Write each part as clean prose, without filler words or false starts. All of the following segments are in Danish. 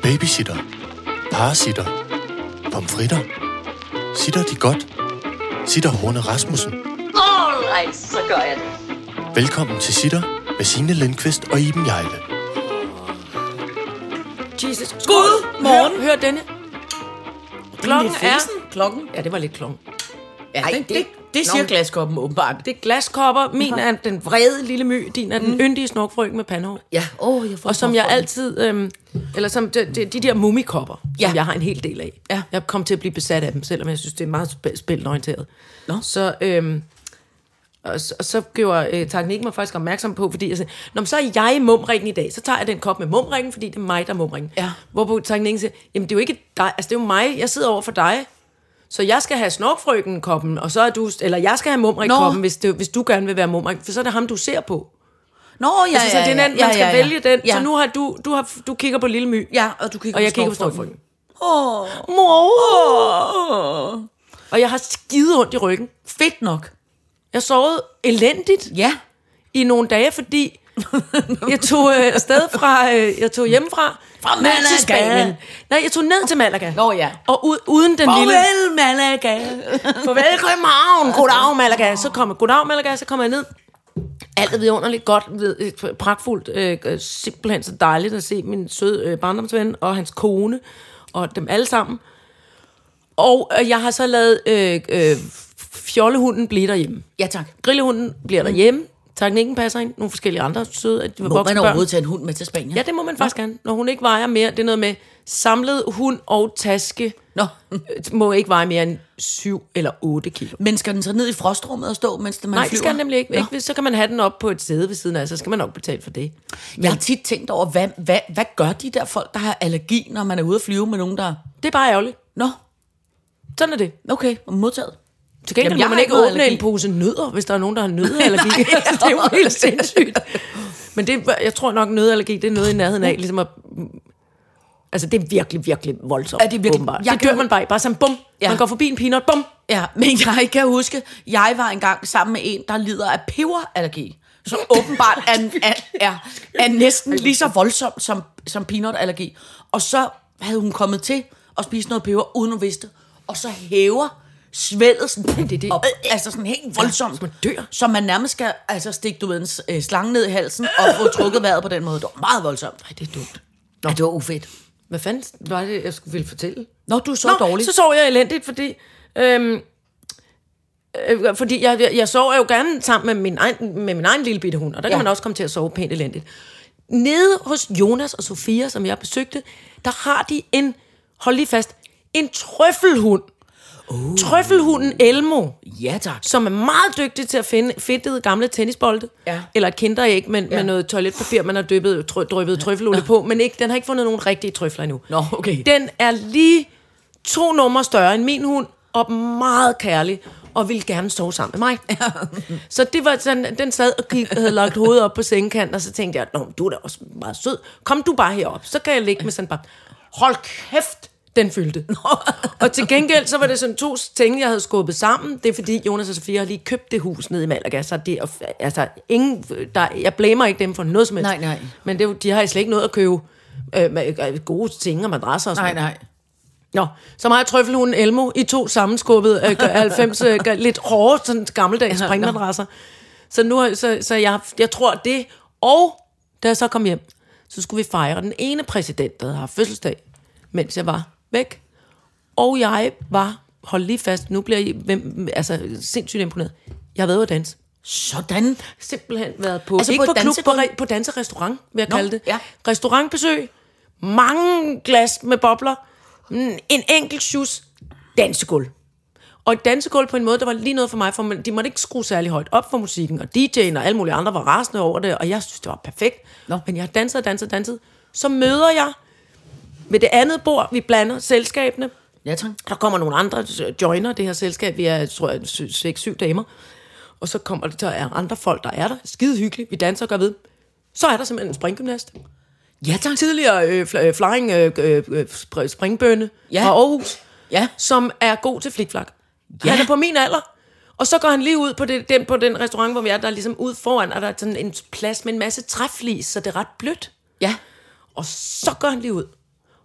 Babysitter. Parasitter. Pomfritter. Sitter de godt? Sitter Horne Rasmussen. Alright, så gør jeg det. Velkommen til Sitter med Signe Lindqvist og Iben Hjejle. Jesus. God morgen. Hør denne. Klokken er... Klokken? Ja, det var lidt klokken. Ja, det siger glaskoppen åbenbart. Det er glaskopper. Min er den vrede lille my. Din er den yndige snorkfrøken med pandehår. Ja, jeg får og som jeg altid... eller som de der mumikopper, som jeg har en hel del af. Ja. Jeg kom til at blive besat af dem, selvom jeg synes, det er meget spilorienteret. Nå. Så gjorde teknikken mig faktisk opmærksom på, fordi jeg sagde, når så er jeg mumringen i dag, så tager jeg den kop med mumringen, fordi det er mig, der er mumringen. Ja. Hvorpå teknikken siger, jamen det er jo ikke dig, altså det er jo mig, jeg sidder over for dig, så jeg skal have snorkfrøken-koppen, og så er du, eller jeg skal have mumring-koppen, hvis du gerne vil være mumring, for så er det ham, du ser på. Nå, ja, altså, så det er den, man skal vælge den, ja. så nu har du kigger på lille my, ja, og du kigger og jeg på kigger på snorkfrøken. Mor. Og jeg har skide ondt i ryggen. Fedt nok. Jeg sovede elendigt i nogle dage, fordi jeg tog afsted fra, jeg tog hjemmefra fra ned til Spanien. Nej, jeg tog ned til Malaga. Nå ja. Og uden den lille... Farvel, Malaga. Farvel, København. Goddag, Malaga. Goddag, Malaga. Så kommer jeg ned. Alt er vidunderligt godt, pragtfuldt, simpelthen så dejligt at se min søde barndomsven og hans kone og dem alle sammen. Og jeg har så lavet fjollehunden blive derhjemme. Ja, tak. Grillehunden bliver derhjemme. Teknikken passer ind. Nogle forskellige andre søde. Må man overhovedet tage en hund med til Spanien? Ja, det må man faktisk gerne. Når hun ikke vejer mere, det er noget med samlet hund og taske. Må ikke veje mere end 7 eller 8 kilo. Men skal den så ned i frostrummet og stå, mens man flyver? Nej, det skal den nemlig ikke. Så kan man have den op på et sæde ved siden af, så skal man nok betale for det. Jeg har tit tænkt over, hvad gør de der folk, der har allergi, når man er ude at flyve med nogen, der... Det er bare ærgerligt. Nå. Sådan er det. Okay, modtaget. Til gengæld må man ikke åbne en pose nødder, hvis der er nogen, der har nøddeallergi. Det er jo helt sindssygt. Men jeg tror nok, nøddeallergi, det er noget i nærheden af, ligesom at... Altså, det er virkelig, virkelig voldsomt. Ja, det er virkelig... Det dør man bare sådan, bum. Ja. Man går forbi en peanut, bum. Ja, men jeg kan huske, jeg var engang sammen med en, der lider af peberallergi. Så åbenbart er næsten lige så voldsom som peanutallergi. Og så havde hun kommet til at spise noget peber, uden at vidste. Og så hæver svældet sådan op, altså sådan helt voldsomt, man dør. Så man nærmest skal stikke en slange ned i halsen og få trukket vejret på den måde. Det var meget voldsomt. Nej, det er dumt. Nå. Ja, det var ufedt. Hvad fanden var det, jeg ville fortælle? Nå, du så dårligt. Så sov jeg elendigt, fordi jeg sover jo gerne sammen med min egen lille bitte hund, og der kan man også komme til at sove pænt elendigt. Nede hos Jonas og Sofia, som jeg besøgte, der har de hold lige fast, en trøffelhund. Trøffelhunden Elmo. Ja, tak. Som er meget dygtig til at finde fedtede gamle tennisbolde. Ja. Eller et kinderæg med noget toiletpapir, man har dryppet trøffelolie på. Men den har ikke fundet nogen rigtige trøfler endnu. Nå, okay. Den er lige 2 numre større end min hund, og meget kærlig, og ville gerne sove sammen med mig. Så det var sådan, den sad og havde lagt hovedet op på sengekanten, og så tænkte jeg, nå, du er da også meget sød. Kom du bare herop, så kan jeg ligge med sådan bare, hold kæft, den fyldte. Og til gengæld, så var det sådan 2 ting, jeg havde skubbet sammen. Det er fordi, Jonas og Sofia har lige købt det hus nede i Malaga, så det altså jeg blamer ikke dem for noget som helst. Nej. Men de har slet ikke noget at købe gode ting og madrasser og sådan. Nej. Nå, så mig og trøffelhunden Elmo i 2 sammenskubbede 90 lidt hårde, sådan gammeldags springmadrasser. Så nu, så jeg tror det. Og da jeg så kom hjem, så skulle vi fejre den ene præsident, der havde haft fødselsdag, mens jeg var væk. Og jeg var, hold lige fast, nu bliver jeg sindssygt imponeret. Jeg har været ude at danse. Sådan. Simpelthen været på, altså ikke på klub, på danserestaurant, vil jeg kalde det. Ja. Restaurantbesøg, mange glas med bobler, en enkelt sjus, dansegulv. Og et dansegulv på en måde, der var lige noget for mig, for de måtte ikke skrue særlig højt op for musikken, og DJ'en og alle mulige andre var rasende over det, og jeg synes, det var perfekt. Men jeg har danset. Så møder jeg ved det andet bord, vi blander selskabene. Ja, tak. Der kommer nogle andre, joiner det her selskab, vi er, tror jeg, 6-7 damer. Og så kommer der andre folk, der er der. Skide hyggeligt, vi danser og gør ved. Så er der simpelthen en springgymnast. Ja, tak. Tidligere flying springbønne fra Aarhus, som er god til flikflak. Ja. Han er på min alder. Og så går han lige ud på den restaurant, hvor vi er, der er ligesom ude foran, og der er sådan en plads med en masse træflis, så det er ret blødt. Ja. Og så går han lige ud.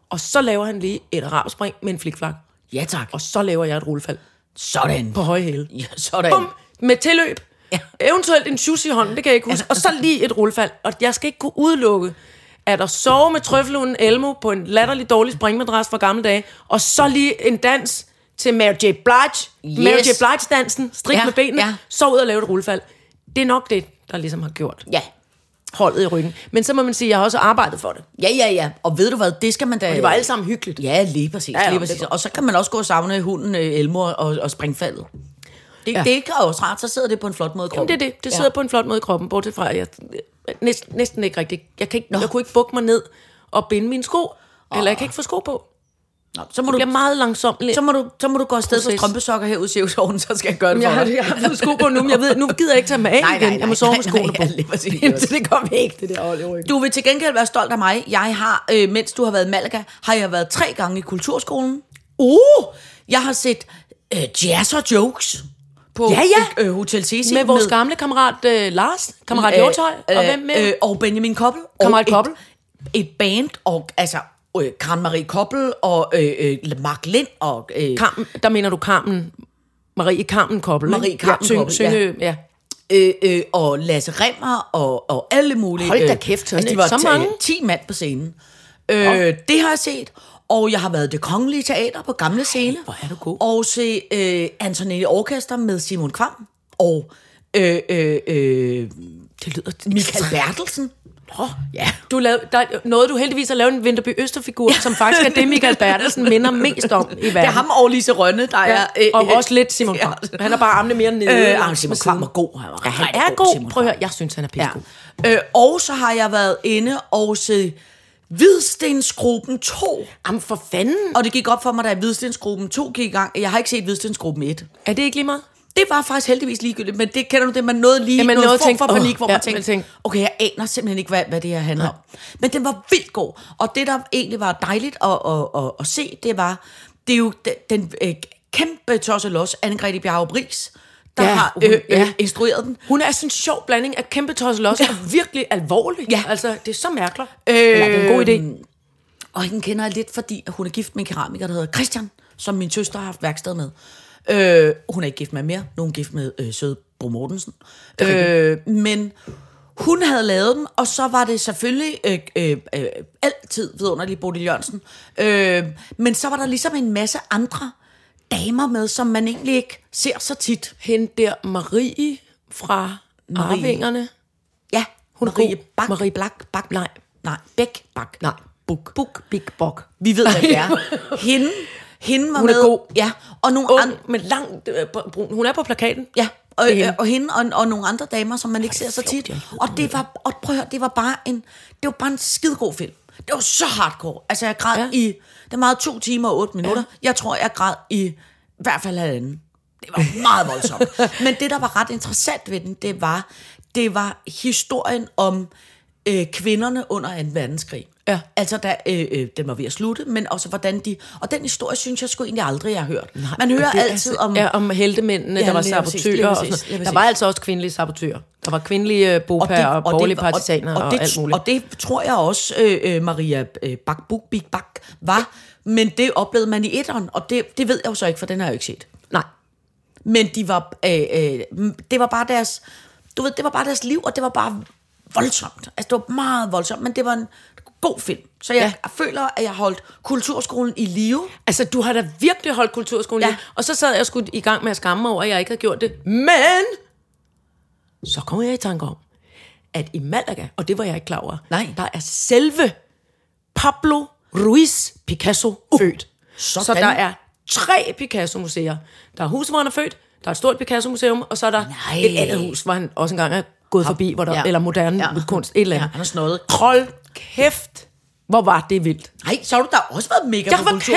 Og så laver han lige et arabspring med en flikflak. Ja, tak. Og så laver jeg et rullefald Sådan. på høje hæle. Ja, sådan. Bum, med tilløb. Ja. Eventuelt en shoes i hånden, det kan jeg ikke huske. Og så lige et rullefald. Og jeg skal ikke kunne udelukke, at at sove med trøffelhunden Elmo på en latterlig dårlig springmadras fra gamle dage, og så lige en dans til Mary J. Blige. Yes. Mary J. Blige-dansen, strik med benene, ja. så ud og lave et rullefald. Det er nok det, der ligesom har gjort Ja. holdet i ryggen. Men så må man sige, at jeg har også arbejdet for det. Ja. Og ved du hvad, det skal man da... Og det var alt sammen hyggeligt. Ja, lige præcis. Ja, Lige præcis. Og så kan man også gå og savne hunden Elmo og springfaldet. Det er også rart, så sidder det på en flot måde i kroppen. Jamen, det er det. Det sidder på en flot måde i kroppen, bortset fra, at jeg næsten ikke rigtigt... Jeg kunne ikke bukke mig ned og binde mine sko, eller jeg kan ikke få sko på. Nå, så må Det bliver meget langsomt. så må du gå afsted for Proces. strømpesokker her ud i Sjævsovnen, så skal jeg gøre det for dig. Jeg har fået sko på nu, men jeg ved, nu gider jeg ikke tage dem af igen. Jeg må sove med skoene på. lige præcis. Så det kommer ikke, det der hold i ryggen. Du vil til gengæld være stolt af mig. Jeg har, mens du har været i Malaga, har jeg været 3 gange i kulturskolen. Jeg har set jazz og jokes på Hotel Cecil. Med vores gamle kammerat Lars, kammerat Hjortøj, og hvem med? Og Benjamin Koppel. Kammerat og Koppel. Et band, og altså Karen Marie Koppel, og Mark Lind, og... Der mener du Carmen, Marie Carmen Koppel. Marie Carmen Koppel, synge, ja. Og Lasse Remmer, og alle mulige... Hold da kæft, altså, de var så mange. 10 mand på scenen. Det har jeg set. Og jeg har været i Det Kongelige Teater på Gamle Scene. Hvor er du god. Og se Anthony Orkester med Simon Kvam. Og Det lyder... Michael Bertelsen. Ja. Nåede du heldigvis at lave en Vinterby Østerfigur, som faktisk er det, Michael Bertelsen minder mest om i verden. Det er ham og Lise Rønne, der er... Og også lidt Simon Kvam. Han er bare armene mere nede. Simon Kvam var god. Han er god. Prøv at høre, jeg synes, han er pissegod. Ja. Og så har jeg været inde og se Hvidstensgruppen 2. Jamen for fanden. Og det gik op for mig, da Hvidstensgruppen 2 gik i gang. Jeg har ikke set Hvidstensgruppen 1. Er det ikke lige meget? Det var faktisk heldigvis ligegyldigt, men det kender du det, man nåede lige man noget nåede form tænke, for panik, hvor man man tænkte, okay, jeg aner simpelthen ikke, hvad det her handler om. Men den var vildt god, og det, der egentlig var dejligt at se, det er jo den kæmpe tosselos, Anne-Grethe Bjarup Riis, der har instrueret den. Hun er sådan en sjov blanding af kæmpe tosselos og virkelig alvorlig. Ja. Altså, det er så mærkeligt. Det er en god idé. Og hende kender jeg lidt, fordi hun er gift med en keramiker, der hedder Christian, som min søster har haft værksted med. Hun er ikke gift med mere. Nu er hun gift med søde Bo Mortensen. Men hun havde lavet den, og så var det selvfølgelig altid vidunderlig Bodil Jørgensen. Men så var der ligesom en masse andre damer med, som man egentlig ikke ser så tit. Hende der Marie fra Arvingerne. Ja, Hun er Marie god. Bak. Marie Bak. Nej. Bæk Bak. Nej. Buk. Big Bok. Vi ved, hvad det er. Hende var Hun er med. god. Ja, og nogle andre. Men langt brun. Hun er på plakaten. Ja, hende. og hende og nogle andre damer, som man ikke ser så tit. Og det var, prøv at høre, det var bare en skidegod film. Det var så hardcore. Altså, jeg græd i, det var 2 timer og 8 minutter. Jeg tror, jeg græd i hvert fald halvanden. Det var meget voldsomt. Men det, der var ret interessant ved den, det var historien om kvinderne under 2. verdenskrig. Ja. Altså, den var ved at slutte, men også hvordan de... Og den historie, synes jeg sgu egentlig aldrig, jeg har hørt. Nej, man hører altid om... Ja, om heltemændene, der var sabotører og sådan noget. Der var altså også kvindelige sabotører. Der var kvindelige BOPA og borgerlige partisaner og alt muligt. Og det tror jeg også, Maria Big Bak var. Men det oplevede man i 1'eren, og det ved jeg jo så ikke, for den har jeg jo ikke set. Nej. Men de var, det var bare deres... Du ved, det var bare deres liv, og det var bare voldsomt. Altså, det var meget voldsomt, men det var en god film. Så jeg føler, at jeg holdt kulturskolen i live. Altså, du har da virkelig holdt kulturskolen i live. Og så sad jeg sgu i gang med at skamme mig over, at jeg ikke havde gjort det. Men så kommer jeg i tanke om, at i Malaga, og det var jeg ikke klar over, der er selve Pablo Ruiz Picasso født. Så der er 3 Picasso-museer. Der er huset, hvor han er født, der er et stort Picasso-museum, og så er der et andet hus, hvor han også engang er gået forbi, hvor der, eller moderne kunst, et eller andet. Han har snået. Hold kæft, hvor var det vildt. Nej, så har du da også været mega Jeg var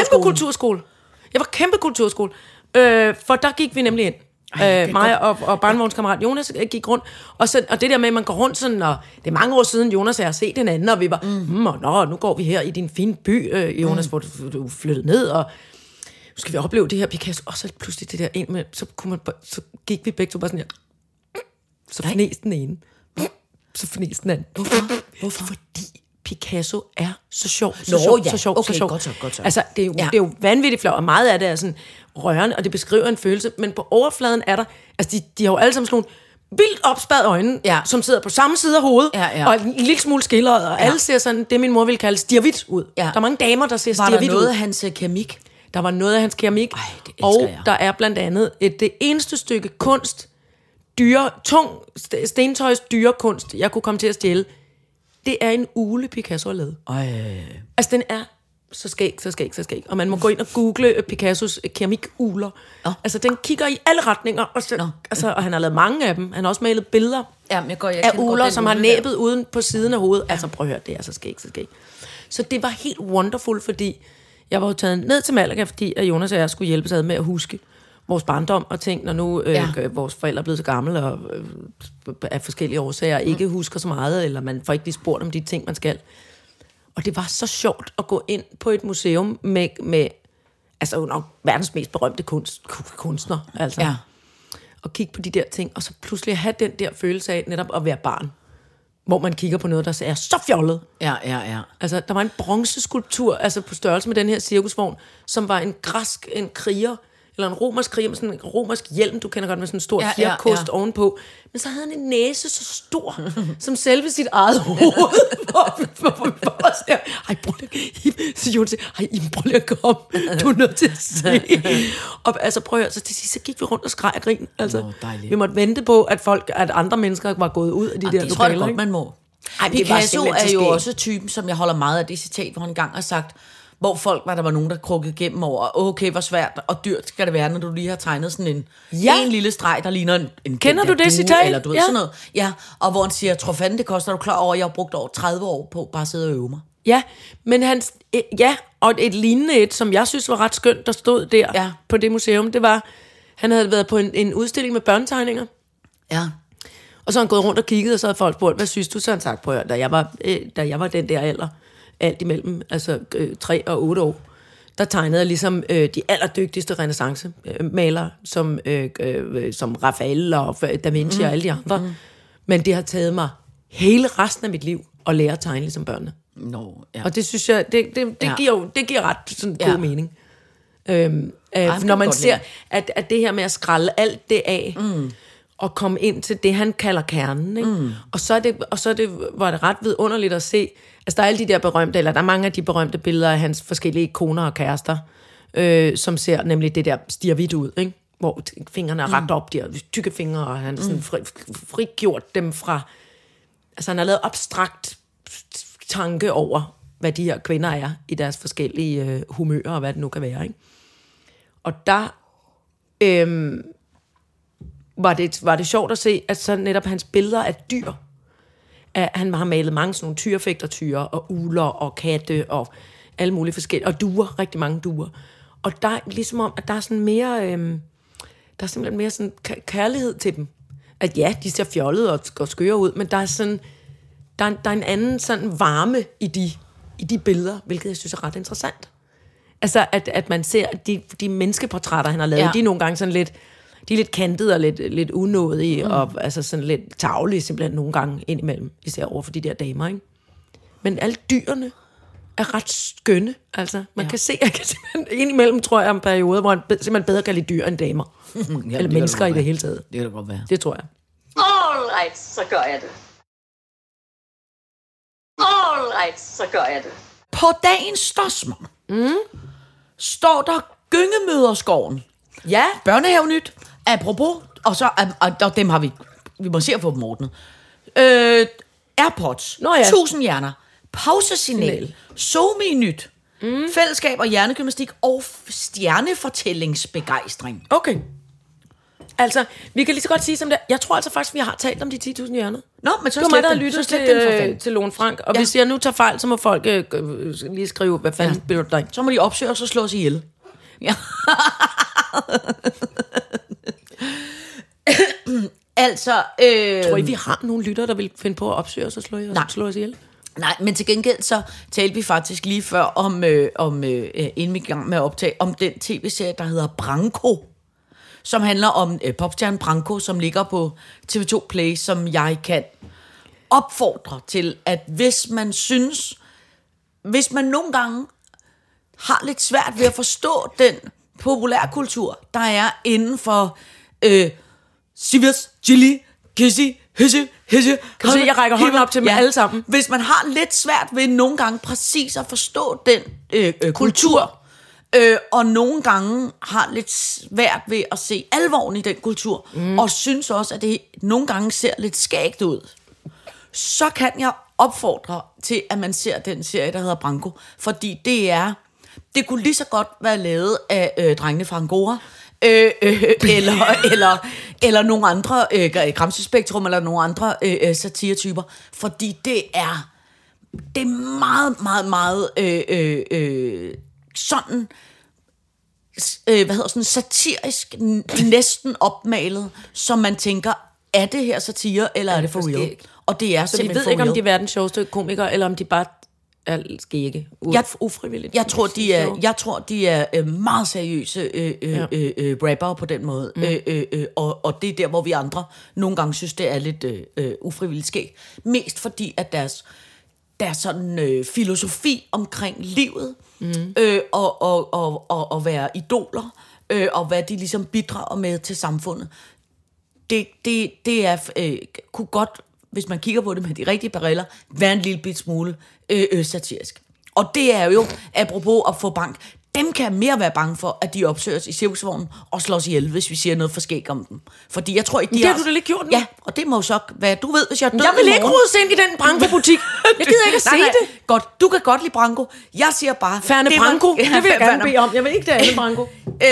kæmpe kulturskole. For der gik vi nemlig ind. Mig og barnevognskammerat Jonas gik rundt. Og det der med, at man går rundt sådan, og det er mange år siden, Jonas og jeg har set den anden, og vi var, nu går vi her i din fine by, Jonas, hvor du flyttede ned, og nu skal vi opleve det her Picasso. Og så pludselig det der ind med, så gik vi begge to bare sådan her. Så fnæs den ene. Så fnæs den anden. Hvorfor? Fordi Picasso er så sjov, så Nå, sjov, ja. så sjov, Okay, så sjov. godt så. Altså, det er jo vanvittigt flot, og meget af det er sådan rørende, og det beskriver en følelse, men på overfladen er der, altså de har jo alle sammen sådan nogle vildt opspadet øjne, som sidder på samme side af hovedet, og en lille smule skildret, og alle ser sådan, det min mor ville kalde stirvit ud. Ja. Der er mange damer, der ser stirvit ud. Var der noget af hans keramik? Der var noget af hans keramik, og der er blandt andet det eneste stykke kunst, tung stentøjs dyrekunst, jeg kunne komme til at stjæle, det er en ugle, Picasso har lavet. Altså, den er så skæg. Og man må gå ind og google Picassos keramikuler. Altså, den kigger i alle retninger, og han har lavet mange af dem. Han har også malet billeder af uler, som har næbet uden på siden af hovedet. Altså, prøv at høre, det er så skæg. Så det var helt wonderful, fordi jeg var jo taget ned til Malaga, fordi Jonas og jeg skulle hjælpes ad med at huske vores barndom, og tænke, når nu vores forældre er blevet så gamle, og af forskellige årsager ikke husker så meget, eller man får ikke lige spurgt om de ting, man skal. Og det var så sjovt at gå ind på et museum med altså nok verdens mest berømte kunstner, altså. Ja. Og kigge på de der ting, og så pludselig have den der følelse af netop at være barn, hvor man kigger på noget, der er så fjollet. Ja. Altså, der var en bronzeskulptur, altså på størrelse med den her cirkusvogn, som var en kriger, eller en romersk kriger med sådan en romersk hjelm, du kender godt, med sådan en stor fjerkost ovenpå. Men så havde han en næse så stor, som selve sit eget hoved. Ej, prøv lige at komme. Du er nødt til at se. Og altså, prøv at høre, så til sidst, så gik vi rundt og skreg og grin. Altså, vi måtte vente på, at andre mennesker var gået ud af de der lokaler. Det tror jeg godt, man må. Picasso er jo også typen, som jeg holder meget af det citat, hvor han engang har sagt, hvor folk der var nogen, der krukkede igennem over, okay, hvor svært og dyrt skal det være, når du lige har tegnet sådan en lille streg, der ligner en kender du det citat? Eller du ved sådan noget. Ja, og hvor han siger, tror fanden det koster, du klar over, jeg har brugt over 30 år på bare at sidde og øve mig. Ja, men og et lignende et, som jeg synes var ret skønt, der stod der på det museum, det var, han havde været på en udstilling med børnetegninger. Ja. Og så har han gået rundt og kigget, og så havde folk spurgt, hvad synes du? Så han sagt, prøv at høre, da jeg var den der alder, alt imellem, altså 3 og 8 år, der tegnede jeg ligesom de allerdygtigste renæssancemalere, som Raphael og Da Vinci og alle de andre. Men det har taget mig hele resten af mit liv at lære at tegne ligesom børnene. Og det synes jeg, det giver ret sådan god mening. Når man ser, at det her med at skrælle alt det af, og komme ind til det, han kalder kernen. Ikke? Og så var det ret vidunderligt at se, altså der er alle de der berømte, eller der er mange af de berømte billeder af hans forskellige koner og kærester, som ser nemlig det der stirvit ud, ikke? Hvor fingrene er rakt op, de her tykke fingre, og han sådan frigjort dem fra, altså han har lavet abstrakt tanke over, hvad de her kvinder er i deres forskellige humører, og hvad det nu kan være. Ikke? Og der var det sjovt at se, at så netop hans billeder af dyr, han har malet mange sådan nogle tyrefægtertyre, og uler, og katte, og alle mulige forskellige, og duer, rigtig mange duer. Og der er ligesom om, at der er sådan mere, der er simpelthen mere sådan kærlighed til dem. At ja, de ser fjollede og skøre ud, men der er sådan, der er en anden sådan varme i de billeder, hvilket jeg synes er ret interessant. Altså, at man ser, at de menneskeportrætter, han har lavet, de er nogle gange sådan lidt, de er lidt kantede og lidt unådige, og altså sådan lidt tarvelige simpelthen nogle gange indimellem, især over for de der damer, ikke? Men alle dyrene er ret skønne, altså. Man kan se, jeg kan simpelthen indimellem, tror jeg, om perioder, hvor han simpelthen bedre kan lide dyr end damer. Eller mennesker i det hele taget. Det kan det godt være. Det tror jeg. Alright, så gør jeg det. Alright, så gør jeg det. På dagens Storsmør står der Gyngemøderskoven. Ja. Børnehavenyt. Apropos, og dem har vi må se at få dem ordnet. AirPods. 1000 hjerner. Pausesignal. Somi-nyt. Fællesskab og hjernegymnastik og stjernefortællingsbegejstring. Okay. Altså, vi kan lige så godt sige som det. Jeg tror altså faktisk, vi har talt om de 10.000 hjerner. Nå, men så slet dem til Lone Frank. Og hvis jeg nu tager fejl, så må folk lige skrive, hvad fanden spiller du dig? Så må de opsøge og så slå os ihjel. Ja. Altså, tror I, vi har nogle lyttere, der vil finde på at opsøge os og slå os ihjel? Nej, men til gengæld så talte vi faktisk lige før om inden vi er i gang med at optage, om den tv-serie, der hedder Branko, som handler om popstjernen Branko, som ligger på TV2 Play, som jeg kan opfordre til, at hvis man synes, hvis man nogle gange har lidt svært ved at forstå den populærkultur, der er inden for Sivas, Chili, Kissy, Hisse. Kan du se, jeg rækker hånden op til dem alle sammen? Hvis man har lidt svært ved nogle gange præcis at forstå den kultur, og nogle gange har lidt svært ved at se alvoren i den kultur, og synes også, at det nogle gange ser lidt skægt ud, så kan jeg opfordre til, at man ser den serie, der hedder Branko, fordi det kunne lige så godt være lavet af drengene fra Angora, eller nogle andre Gramsespektrum, eller nogle andre satiretyper, fordi det er meget, meget, meget sådan sådan satirisk, næsten opmalet, som man tænker, er det her satire, eller er det for real? Og det er så simpelthen vi ved for ikke, real. om de er verdens sjoveste komikere, eller om de bare er skægge, ufrivilligt. Jeg tror, de er meget seriøse rappere på den måde. Og det er der, hvor vi andre nogle gange synes, det er lidt ufrivilligt skægt. Mest fordi, at deres sådan filosofi omkring livet, og være idoler, og hvad de ligesom bidrager med til samfundet, det er, kunne godt, hvis man kigger på det med de rigtige briller, være en lille bit smule satirisk. Og det er jo, apropos at få bank, dem kan jeg mere være bange for, at de opsøges i cirkusvognen og slås ihjel, hvis vi siger noget for skæg om dem. Fordi jeg tror ikke, det har du da lidt gjort nu. Ja, og det må jo så være, du ved, hvis jeg er død. Jeg vil ikke rodes ind i den Branko-butik. Jeg gider ikke at se det. Godt, du kan godt lide Branko. Jeg siger bare... Færne Branko, det vil jeg gerne bede om. Jeg vil ikke det andet Branko.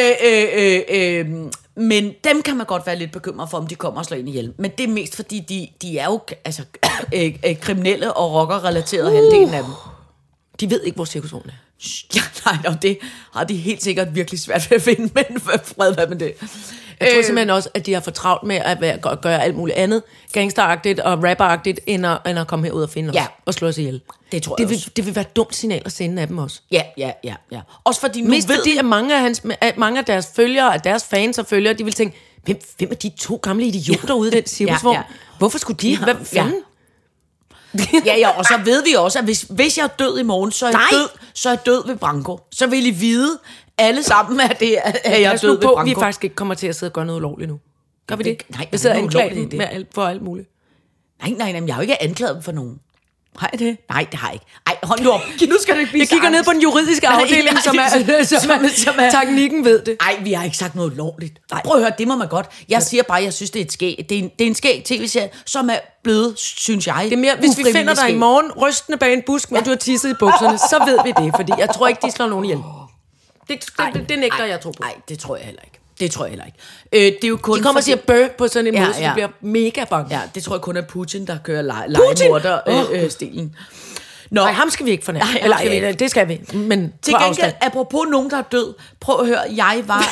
Men dem kan man godt være lidt bekymret for, om de kommer og slår ind ihjel. Men det er mest fordi, de er jo kriminelle og rocker-relateret halvdelen af dem. De ved ikke, hvor cirkusvognen er. Ja, nej, det har de helt sikkert virkelig svært ved at finde, men fred hvad med det. Jeg tror simpelthen også, at de har for travlt med at gøre alt muligt andet gangsteragtigt og rapperagtigt, end at komme herud og finde os og slå os ihjel. Det tror jeg også. Det vil være et dumt signal at sende af dem også. Ja. Også fordi nu mest fordi, at mange af deres følgere, af deres fans og følgere, de vil tænke, hvem er de 2 gamle idioter ude i den cirkusvogn? Ja. Hvorfor skulle de? Hvad fanden? Ja, og så ved vi også, at hvis jeg er død i morgen, så er jeg død ved Branko. Så vil I vide alle sammen, at jeg er død ved Branko. Vi faktisk ikke kommer til at sidde og gøre noget ulovligt nu. Gør vi det? Nej, vi sidder anklaget for alt muligt. Nej, jeg har jo ikke anklaget for nogen. Har jeg det? Nej, det har jeg ikke. Ej, hold nu op. Nu skal du ikke blive Jeg kigger ned på den juridiske afdeling, som er teknikken ved det. Nej, vi har ikke sagt noget lovligt. Prøv at høre, det må man godt. Jeg siger bare, jeg synes, det er et skæg. Det er en skæg tv-serie, som er blevet, synes jeg, det er mere, hvis vi finder dig i morgen rystende bag en busk, men du har tisset i bukserne, så ved vi det, fordi jeg tror ikke, de slår nogen ihjel. Det nægter jeg tro på. Nej, det tror jeg heller ikke. Det er jo kun de kommer og siger bøh på sådan en måde, så de bliver mega bange. Ja, det tror jeg kun er Putin, der kører legemorder-stilen. Nej, ham skal vi ikke fornemme. Det skal vi, men til gengæld, apropos nogen, der er død, prøv at høre, jeg var...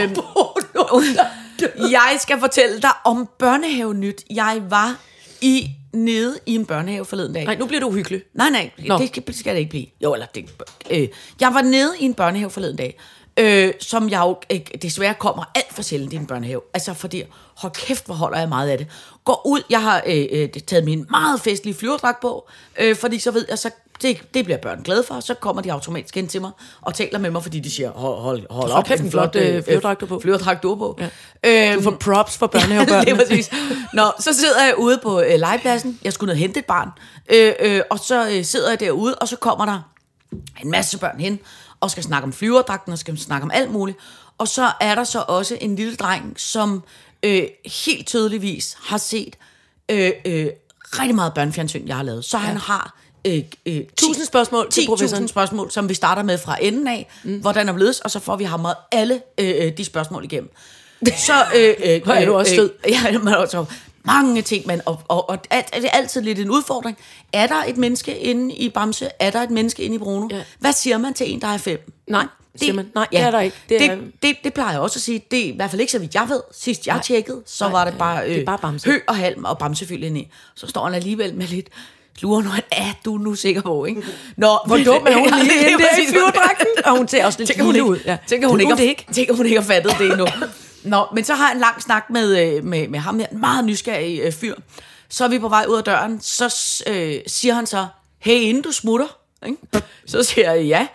jeg skal fortælle dig om børnehavenyt. Jeg var nede i en børnehave forleden dag. Nej, nu bliver du uhyggelig. Nej, det skal det ikke blive. Jo, eller det... Jeg var nede i en børnehave forleden dag, som jeg jo desværre kommer alt for sjældent i en børnehave. Altså fordi, hold kæft, hvor holder jeg meget af det. Går ud, jeg har taget min meget festlige flyverdragt på, fordi så ved jeg, så det bliver børn glade for, så kommer de automatisk ind til mig og taler med mig, fordi de siger, hold op, en flot flyverdragt på. Flyverdragt på. Ja. Du får props for børnehavebørn. Det er præcis. Nå, så sidder jeg ude på legepladsen, jeg skulle ned og hente et barn, og så sidder jeg derude, og så kommer der en masse børn hen, og skal snakke om flyverdragten, og skal snakke om alt muligt. Og så er der så også en lille dreng, som helt tydeligvis har set rigtig meget børnefjernsyn, jeg har lavet. Så han har 1000 spørgsmål til professoren. 10.000 spørgsmål, som vi starter med fra enden af, hvordan er blevet, og så får vi hamret alle de spørgsmål igennem. Så er du også sød. Ja, men også mange ting, men og det er altid lidt en udfordring. Er der et menneske inde i Bamse? Er der et menneske inde i Bruno? Ja. Hvad siger man til en, der er 5? Nej, siger man. Nej, det er der ikke. Det plejer jeg også at sige. Det er i hvert fald ikke så vidt jeg ved. Sidst jeg tjekkede, så var det bare, Bamse. hø og halm og Bamsefyld ind i. Så står han alligevel med lidt lurer, når du er nu sikker på, ikke? Nå, hvor dum er hun lige inde der i flyverdragten? Og hun ser også lidt lille ud. Ja. Tænker hun ikke har fattet det endnu. Nå, men så har jeg en lang snak med ham her, en meget nysgerrig fyr. Så er vi på vej ud af døren, så siger han så, hey, inden du smutter, Ikke? Så siger jeg, ja.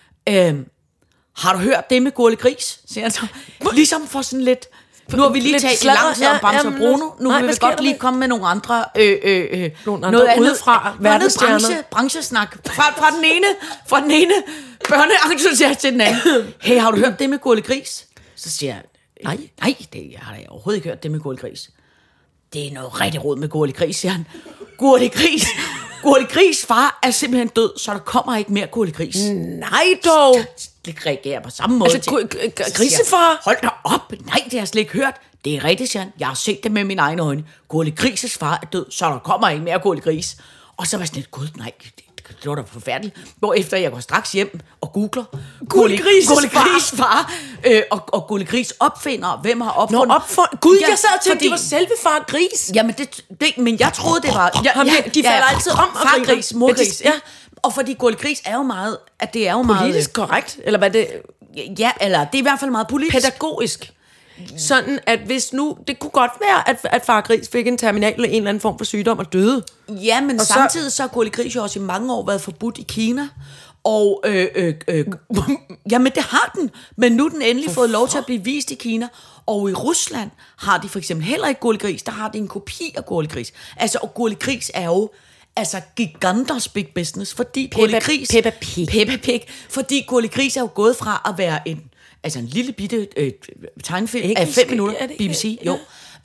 Har du hørt det med Gurli Gris? Siger han så. Ligesom for sådan lidt... Nu har vi lige talt i lang tid om Bamse og Bruno. Nu vil vi godt lige komme med nogle andre... noget andet udefra. Branchesnak. Fra den ene børneentusiast til den anden. Hey, har du hørt det med Gurli Gris? Så siger jeg, nej, det har jeg overhovedet ikke hørt det med Gurli Gris. Det er noget rigtig råd med Gurli Gris, siger han. Gurli Gris far er simpelthen død, så der kommer ikke mere Gurli Gris. Nej dog. Det reagerer på samme måde. Altså, grisefar? Hold da op. Nej, det har jeg slet ikke hørt. Det er rigtigt, siger han. Jeg har set det med mine egne øjne. Gurli Grises far er død, så der kommer ikke mere Gurli Gris. Og så var jeg sådan lidt, gud, nej, det var da forfærdeligt. Hvorefter jeg går straks hjem og googler Gurli Gris far og Gurli Gris opfinder. Hvem har opfundet? Gud, jeg sad til, at det var selve far Gris. Jamen, men jeg troede, det var... De falder altid om og far Gris, mor Gris. Ja. Og fordi Gurli Gris er jo meget... At det er jo politisk korrekt, eller hvad det... Ja, eller det er i hvert fald meget politisk. Pædagogisk. Sådan, at hvis nu... Det kunne godt være, at far Gris fik en terminal eller en eller anden form for sygdom og døde. Ja, men og samtidig så har Gurli Gris jo også i mange år været forbudt i Kina. Og... jamen, det har den. Men nu er den endelig fået lov til at blive vist i Kina. Og i Rusland har de for eksempel heller ikke Gurli Gris. Der har de en kopi af Gurli Gris. Altså, og Gurli Gris er jo... Altså giganters big business, fordi Gurli Gris... Peppa Pig. Fordi Gurli Gris er jo gået fra at være en lille bitte tegnefilm af 5 minutter, BBC, jo,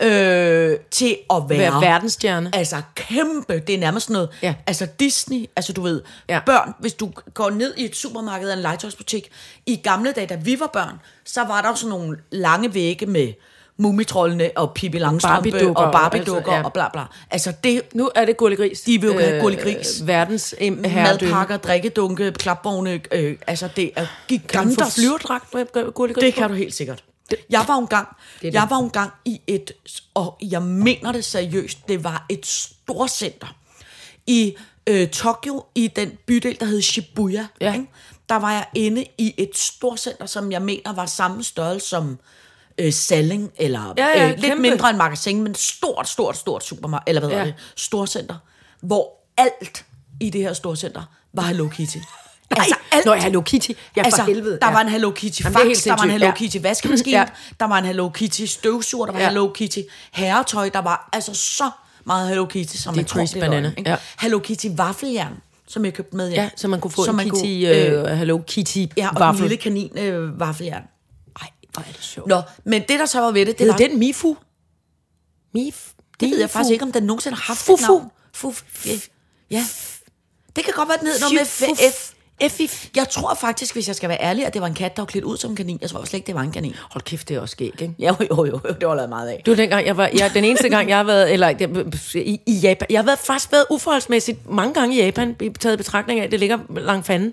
til at være verdensstjerne. Altså kæmpe, det er nærmest noget, altså Disney, altså du ved, børn, hvis du går ned i et supermarked eller en legetøjsbutik, i gamle dage, da vi var børn, så var der jo sådan nogle lange vægge med Mumitrollene og Pippi Langstrømpe og Barbie-dukker og bla bla. Altså det... Nu er det Gurli Gris. De vil jo have Gurli Gris. Verdens madpakker, drikkedunke, klapvogne. Altså det er gigantisk. Kan du få flyverdragt med Gurli Gris? Det kan du helt sikkert. Jeg var en gang i et... Og jeg mener det seriøst. Det var et storcenter i Tokyo, i den bydel, der hed Shibuya. Ja. Ikke? Der var jeg inde i et storcenter, som jeg mener var samme størrelse som... Salling, eller lidt mindre end magasin, men stort supermarked, eller hvad hedder det, storcenter, hvor alt i det her storcenter var Hello Kitty. Altså alt. Hello Kitty, for helvede. Der var en Hello Kitty fax, der var en Hello Kitty vaskemaskine, der var en Hello Kitty støvsuger, der var Hello Kitty herretøj, der var altså så meget Hello Kitty, som man tror, det var. Hello Kitty vaffeljern, som jeg købte med hjem. Ja, så man kunne få en Hello Kitty vaffel. Og en lille kanin vaffeljern. Hvor er det sjovt. Nå, men det der så var ved det var... den Mifu? Det ved jeg faktisk ikke, om den nogensinde har haft et navn. Ja. Det kan godt være, den hed noget med F. Jeg tror faktisk, hvis jeg skal være ærlig, at det var en kat, der var klædt ud som en kanin. Jeg tror slet ikke, det var en kanin. Hold kæft, det er også skæg, ikke? Jo, det var lavet meget af. Du, dengang jeg var... den eneste gang, jeg har været... i Japan. Jeg har faktisk været uforholdsmæssigt mange gange i Japan, taget i betragtning af, at det ligger langt fanden.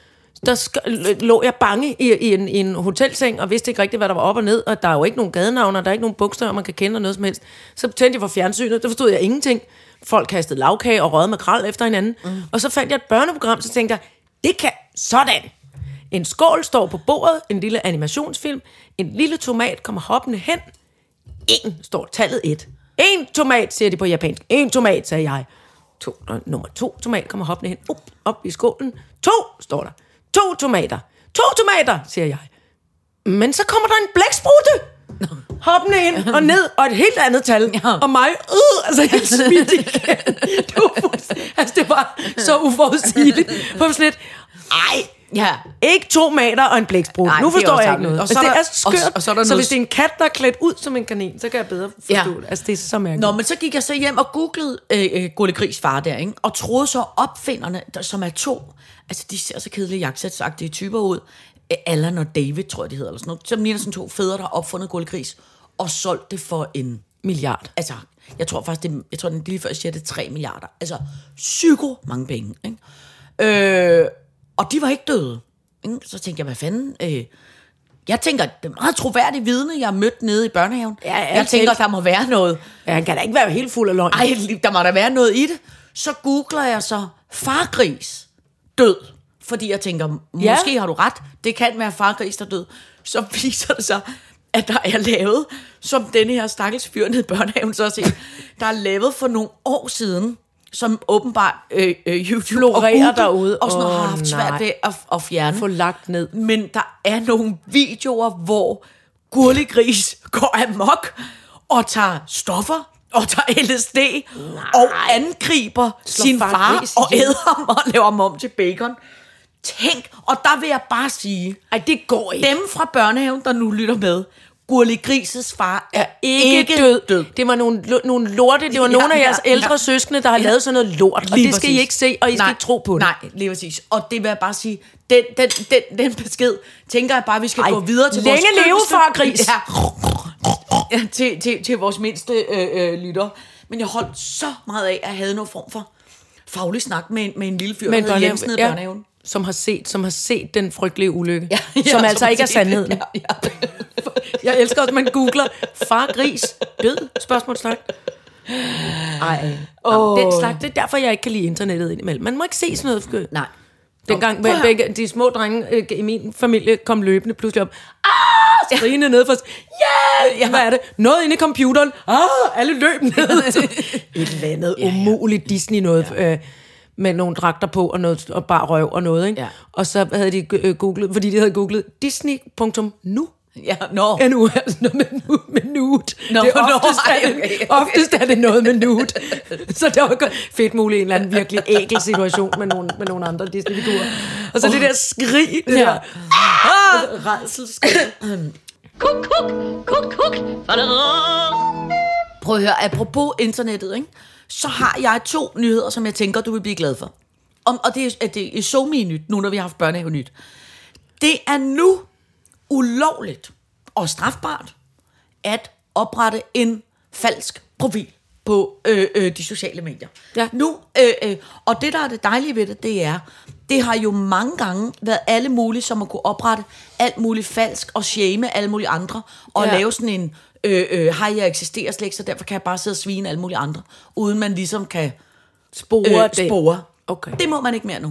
Der lå jeg bange i en hotelseng, og vidste ikke rigtigt, hvad der var op og ned, og der er jo ikke nogen gadenavner, der er ikke nogen bogstaver, man kan kende, noget som helst. Så tændte jeg for fjernsynet, der forstod jeg ingenting. Folk kastede lavkage og røgede makrel efter hinanden. Og så fandt jeg et børneprogram, så tænkte jeg, det kan sådan. En skål står på bordet, en lille animationsfilm, en lille tomat kommer hoppende hen. Står tallet 1. 1 tomat, siger de på japansk. 1 tomat, sagde jeg. Nummer 2 tomat kommer hoppende hen. Op i skålen. 2, står der. 2 tomater, siger jeg. Men så kommer der en blæksprutte hoppende ind og ned, og et helt andet tal. Og mig, altså jeg smidt igen. Det var så uforudsigeligt. På sådan lidt, ikke tomater og en blæksprut. Nu forstår jeg ikke noget. Og så det er skørt. Så hvis det er en kat, der er klædt ud som en kanin, så kan jeg bedre forstå det. Altså det er så mærkeligt. Nå, men så gik jeg så hjem og googlede Gurli Gris far der, ikke? Og troede så opfinderne, som er 2, altså de ser så kedelige jagtsætsagtige typer ud, Alan og David, tror jeg de hedder, eller sådan noget, som ligner sådan 2 fædre, der har opfundet Gurli Gris, og solgt det for 1 milliard. Altså, jeg tror faktisk, den lige før jeg siger, det 3 milliarder. Altså, psyko mange penge, ikke? Og de var ikke døde. Ikke? Så tænkte jeg, hvad fanden? Jeg tænker, det er meget troværdigt vidne, jeg har mødt nede i børnehaven. Jeg tænker, der må være noget. Ja, han kan da ikke være helt fuld af løgn. Ej, der må der være noget i det. Så googler jeg så, far Gris død. Fordi jeg tænker, måske har du ret. Det kan være far Gris, der død. Så viser det sig, at der er lavet, som denne her stakkels fyr nede i børnehaven så siger, der er lavet for nogle år siden, som åbenbart YouTube florerer og Google derude. og sådan noget har haft svært ved at fjerne. Få lagt ned. Men der er nogle videoer, hvor Gurli Gris går amok og tager stoffer og tager LSD og angriber sin far og æder ham og laver ham om til bacon. Tænk, og der vil jeg bare sige, Ej, det går ikke. dem fra børnehaven, der nu lytter med, Gurli Grises far er Ikke død. Det var nogle lorte. Det var nogle af jeres ældre søskende, der har lavet sådan noget lort. Og det skal I ikke se, og I skal ikke tro på det. Nej, lige præcis. Og det vil jeg bare sige, den besked, tænker jeg bare, vi skal gå videre til længe vores leve yngste- far gris. Ja, til vores mindste lytter. Men jeg holdt så meget af, at jeg havde noget form for faglig snak med en lille fyr, der hed Jens nede i børnehaven. Som har set den frygtelige ulykke. Ja, som altså ikke er sandheden. Ja. Jeg elsker også, at man googler far gris død? Spørgsmålstegn. Ej. Den slags, det er derfor, jeg ikke kan lide internettet indimellem. Man må ikke se sådan noget. Nej. Dengang begge de små drenge i min familie kom løbende pludselig op. Skrigende ned for os. Ja, hvad er det? Noget inde i computeren. Alle løb ned til et eller andet umuligt Disney noget. Med nogle dragter på og noget og bare røv og noget, ikke? Ja. Og så havde de googlet, fordi de havde googlet Disney.nu. Ja, no. Nu altså noget med nude. Oftest er det noget med nude. Så det var fedt muligt en eller anden virkelig ækel situation med nogle andre Disney-figurer. Og så det der skrig, det der rædselsskrig. Kuk, kuk, kuk, kuk. Prøv at høre, apropos internettet, ikke? Så har jeg 2 nyheder, som jeg tænker, du vil blive glad for. Og det er SoMe-nyt, nu når vi har haft børnehave-nyt. Det er nu ulovligt og strafbart at oprette en falsk profil på de sociale medier. Ja. Nu, og det, der er det dejlige ved det, det har jo mange gange været alle mulige, som at kunne oprette alt muligt falsk og shame alle mulige andre, og lave sådan en, jeg eksisterer slet ikke, så derfor kan jeg bare sidde og svine alle mulige andre, uden man ligesom kan Spore det. spore. Okay. Det må man ikke mere nu.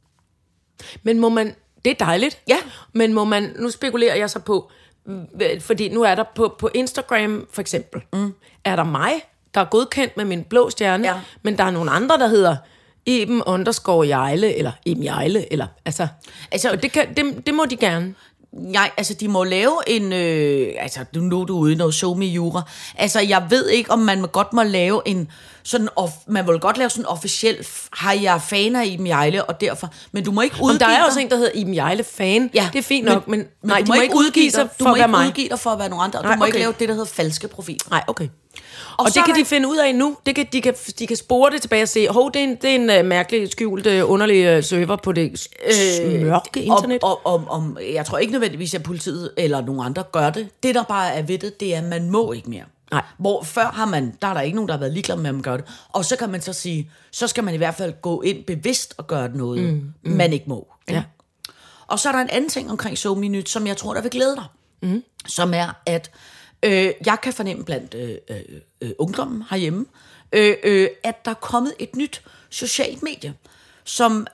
Men må man, det er dejligt. Ja. Men må man, nu spekulerer jeg så på, fordi nu er der på Instagram for eksempel, er der mig, der er godkendt med min blå stjerne, men der er nogle andre, der hedder Iben_Jejle, eller Iben Jejle, eller altså og det må de gerne. Nej, altså de må lave en, nu er du ude i noget SoMe-jura. Altså jeg ved ikke, om man godt må lave en sådan, man vil godt lave sådan officiel, har jeg fan af Iben Jejle, og derfor, men du må ikke udgive dig. Der er også en, der hedder Iben Jejle fan, det er fint nok, men nej, du må ikke udgive sig for at være mig. Du må ikke udgive dig for at være nogen andre, og du må ikke lave det, der hedder falske profil. Nej, okay. Og det kan de finde ud af nu. De kan spore det tilbage og se, det er en mærkelig, skjult, underlig server på det mørke internet. Jeg tror ikke nødvendigvis, at politiet eller nogen andre gør det. Det, der bare er ved det er, at man må ikke mere. Nej. Hvor før der er der ikke nogen, der har været ligeglad med, at man gør det. Og så kan man så sige, så skal man i hvert fald gå ind bevidst og gøre noget, man ikke må. Ja. Og så er der en anden ting omkring SoMe-nyt, som jeg tror, der vil glæde dig. Som er, at jeg kan fornemme blandt ungdommen herhjemme, at der er kommet et nyt socialt medie, som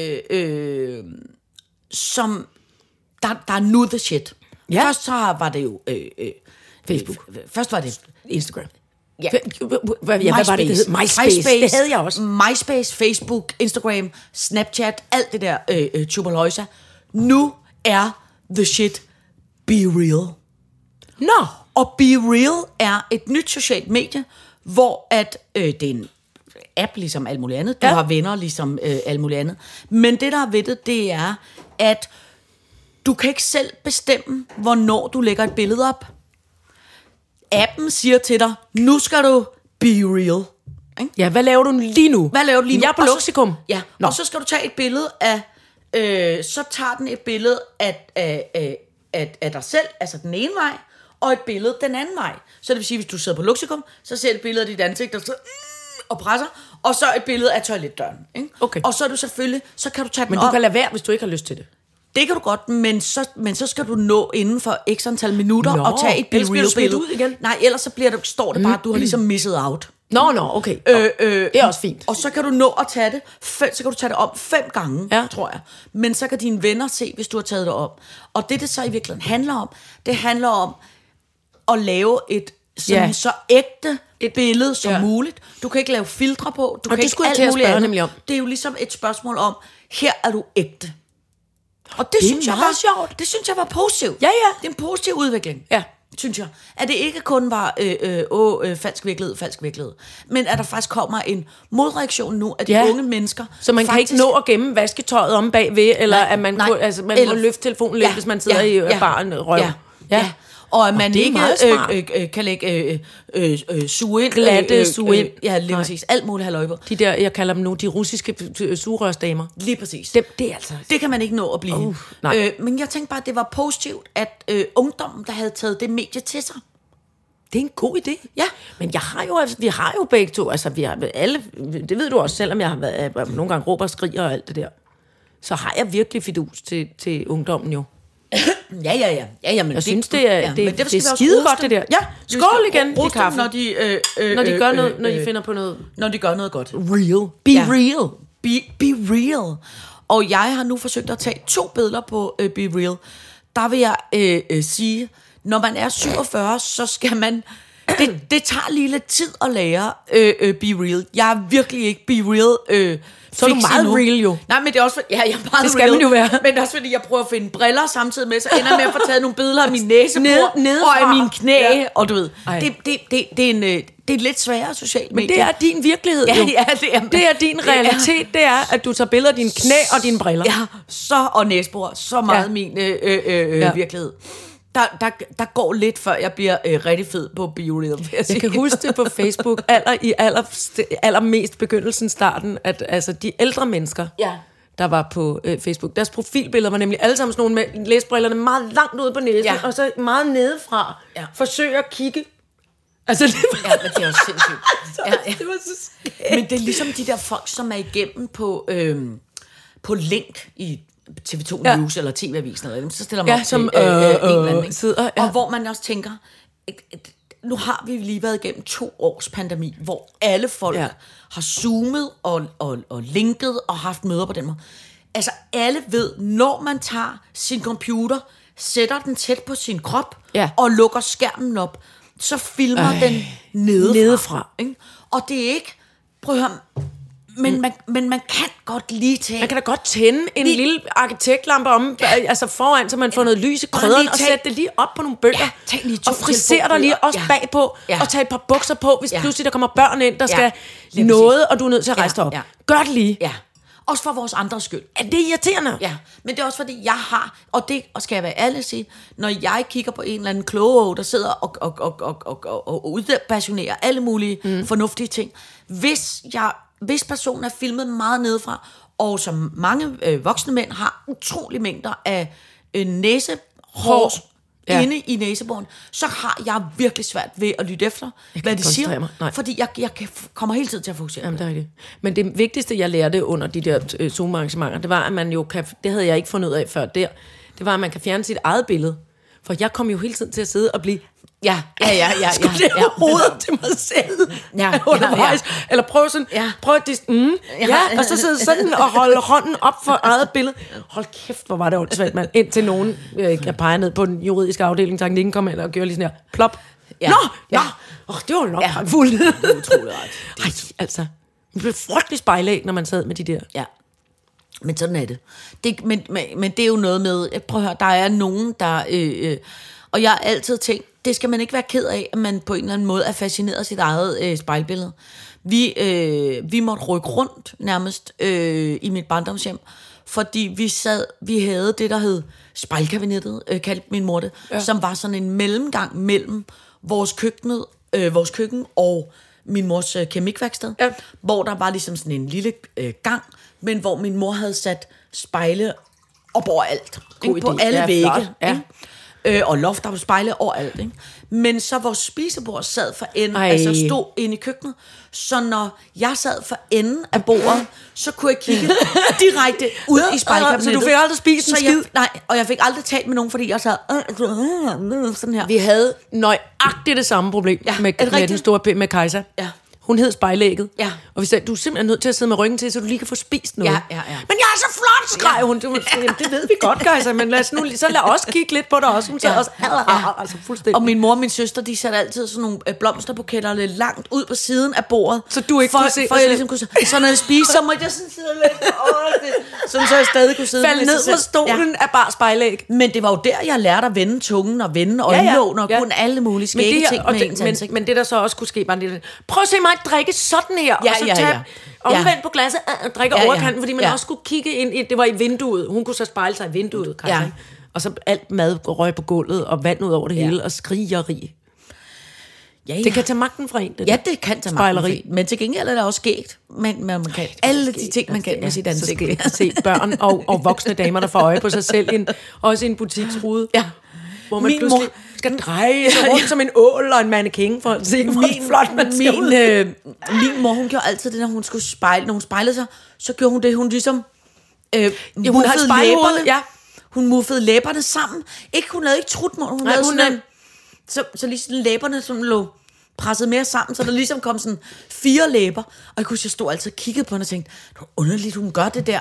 der er nu the shit. Ja. Først så var det jo Facebook. Først var det Instagram. Ja. Hvad var det, det hed? MySpace. Det havde jeg også. MySpace, Facebook, Instagram, Snapchat, alt det der tjubaløjsa. Nu er the shit be real. Nå. Og Be Real er et nyt socialt medie, hvor at det er en app ligesom alt muligt andet. Du har venner ligesom alt muligt andet. Men det, der er ved det er, at du kan ikke selv bestemme, hvornår du lægger et billede op. Appen siger til dig, nu skal du be real. Ikke? Ja, hvad laver du lige nu? Hvad laver du lige nu? Jeg er på Luxikum. Ja, og så skal du tage et billede af, så tager den et billede af dig selv, altså den ene vej, og et billede den anden vej. Så det vil sige, hvis du sidder på Luxikum, så ser du et billede af dit ansigt, der sidder og presser, og så et billede af toiletdøren. Ikke? Okay. Og så er du selvfølgelig, så kan du tage den Men du kan lade være, hvis du ikke har lyst til det. Det kan du godt, men så skal du nå inden for x antal minutter og tage et billede ud igen. Nej, ellers så står det bare, at du har ligesom misset out. Nå, okay. Det er også fint. Og så kan du nå at tage det, så kan du tage det om 5 gange, tror jeg. Men så kan dine venner se, hvis du har taget det om. Og det så i virkeligheden handler om, det handler om at lave sådan så ægte et billede som muligt. Du kan ikke lave filtre på. Du kan det ikke skulle jeg alt til at muligt spørge andet. nemlig om. Det er jo ligesom et spørgsmål om, her er du ægte. Og det synes jeg var sjovt. Det synes jeg var positivt. Ja. Det er en positiv udvikling. Ja. Synes jeg. At det ikke kun var falsk virkelighed. Men at der faktisk kommer en modreaktion nu af de unge mennesker. Så man kan ikke nå at gemme vasketøjet om bagved, eller at man, man må løfte telefonen lidt, hvis man sidder i baren røv. Ja. Og at man det er ikke meget smart. kan lægge suge ind. Glatte suge ind. Ja, lige præcis. Alt muligt halvøj på. De der, jeg kalder dem nu, de russiske sugerørsdamer. Lige præcis. Det er altså... Det kan man ikke nå at blive. Men jeg tænkte bare, at det var positivt, at ungdommen, der havde taget det medie til sig. Det er en god idé. Ja. Men vi har jo begge to, altså vi har alle, det ved du også, selvom jeg har været, nogle gange råber og skriger og alt det der, så har jeg virkelig fidus til ungdommen jo. Ja, men jeg synes, det er skide godt, det der. Ja, skål igen i kaffe. Når de gør noget, når de finder på noget. Når de gør noget godt. Real. Be real. Be real. Og jeg har nu forsøgt at tage 2 billeder på Be Real. Der vil jeg sige, når man er 47, så skal man... Det tager lige lidt tid at lære Be Real. Jeg er virkelig ikke Be Real så er du meget real jo. Nej, men det er også jeg er meget det skal real, man jo være. Men også fordi jeg prøver at finde briller samtidig med, så ender jeg med at få taget nogle billeder af min næsebor og af mine knæ, og du ved. Det er lidt sværere socialt medie. Men det er din virkelighed jo. Det er din realitet, det er, at du tager billeder af dine knæ og dine briller. Ja, og næsebor, så meget min virkelighed. Der går lidt, før jeg bliver rigtig fed på Be Real. Jeg kan huske det på Facebook, allermest begyndelsen, starten, at altså de ældre mennesker, der var på Facebook, deres profilbilleder var nemlig alle sammen sådan nogle med læsbrillerne meget langt ude på næsen, og så meget nedefra, forsøger at kigge. Altså, det var, men det er jo sindssygt. Det var så skægt. Men det er ligesom de der folk, som er igennem på link i TV2 News eller TV-avisen eller så stiller man op som til en eller anden, sidder, og hvor man også tænker, nu har vi lige været igennem 2 års pandemi, hvor alle folk har zoomet og linket og haft møder på den måde. Altså alle ved, når man tager sin computer, sætter den tæt på sin krop og lukker skærmen op, så filmer den nedefra. Ikke? Og det er ikke, prøv at høre, men man kan godt lige tænke... Man kan da godt tænde en lille arkitektlampe om, altså foran, så man får noget lys i krydderen, og sætte det lige op på nogle bøger, og frisere dig lige også bagpå, og tage et par bukser på, hvis pludselig der kommer børn ind, der skal noget, og du er nødt til at rejse dig op. Gør det lige. Ja. Også for vores andres skyld. Er det irriterende? Ja, men det er også fordi, jeg har, og det skal jeg være ærlig sige, når jeg kigger på en eller anden kloge, der sidder og udpassionerer alle mulige fornuftige ting, hvis personen er filmet meget nedefra, og som mange voksne mænd har utrolig mængder af næsehår inde i næseboren, så har jeg virkelig svært ved at lytte efter, hvad de siger. Fordi jeg kommer hele tiden til at fokusere. Jamen, det er rigtigt. Men det vigtigste, jeg lærte under de der Zoom-arrangementer, det var, at man jo kan, det havde jeg ikke fundet ud af før det var, at man kan fjerne sit eget billede. For jeg kom jo hele tiden til at sidde og blive hovedet til mig selv. Eller prøv sådan, og så sidde sådan og holde hånden op for eget billede. Hold kæft, hvor var det åndssvagt, mand. Indtil nogen, jeg peger ned på den juridiske afdeling, så ikke kom ind og gjorde lige sådan her, plop. Det var nok pragtfuldt. Det er utroligt ret. Altså, man blev frygtelig spejlæg, når man sad med de der. Ja. Men sådan er det. Men det er jo noget med, prøv at høre, der er nogen, der... og jeg har altid tænkt, det skal man ikke være ked af, at man på en eller anden måde er fascineret af sit eget spejlbillede. Vi måtte rykke rundt nærmest i mit barndomshjem, fordi vi havde det, der hed spejlkabinettet, kaldte min mor det, som var sådan en mellemgang mellem vores køkken og min mors keramikværksted, hvor der var ligesom sådan en lille gang, men hvor min mor havde sat spejle op overalt. På alle vægge. Og lofter på spejle overalt. Ikke? Men så vores spisebord sad for enden, altså stod inde i køkkenet. Så når jeg sad for enden af bordet, så kunne jeg kigge direkte ud i spejlkabinettet. Så du fik aldrig spist en skid? Nej, og jeg fik aldrig talt med nogen, fordi jeg sad sådan her. Vi havde nøjagtigt det samme problem med den store med Kajsa. Ja. Hun hed Spejlægget. Ja. Og vi sagde, du er simpelthen nødt til at sidde med ryggen til, så du lige kan få spist noget. Ja. Men jeg er så flot, skreg hun. Det ved vi godt, Kajsa, men lad os kigge lidt på dig også. Hun sagde også, altså fuldstændig. Og min mor og min søster, de satte altid sådan nogle blomsterbuketter lidt langt ud på siden af bordet. Så du ikke kunne se. For jeg ligesom kunne se. Så når jeg spiste, så måtte jeg sådan sidde lidt over det. Sådan så jeg stadig kunne sidde. Falde ned fra stolen af bare spejlæg. Men det var jo der, jeg lærte at vende tungen og vende øjenlågen og kun alle mulige skægge ting med ens ansigt. Men det der så også kunne ske, var det. Prøv at se mig drikke sådan her, og så tage omvendt på glasset, drikke overkanten, fordi man også skulle kigge ind i, det var i vinduet. Hun kunne så spejle sig i vinduet, Kajsa. Og så alt mad røg på gulvet, og vand ud over det hele, og skrigeri. Ja. Det kan tage magten fra en, det. Ja, det kan tage magten fra en. Men til gengæld er det også skægt. Men man kan alle de ting, man kan med sit ansigt. Så skal jeg se børn og voksne damer, der får øje på sig selv, også i en butiksrude. Ja. Hvor man pludselig skal dreje sig rundt som en ål og en mannequin for at se, hvor flot man ser ud. Min mor, hun gjorde altid det, når hun skulle spejle. Når hun spejlede sig, så gjorde hun det, hun ligesom hun har spejlhovedet, ja. Hun muffede læberne sammen. Hun lavede ikke trutmund, hun lavede sådan så lige sådan læberne, som lå presset mere sammen, så der ligesom kom sådan 4 læber. Og jeg kunne stå altid og kiggede på hende og tænkte, det var underligt, hun gør det der.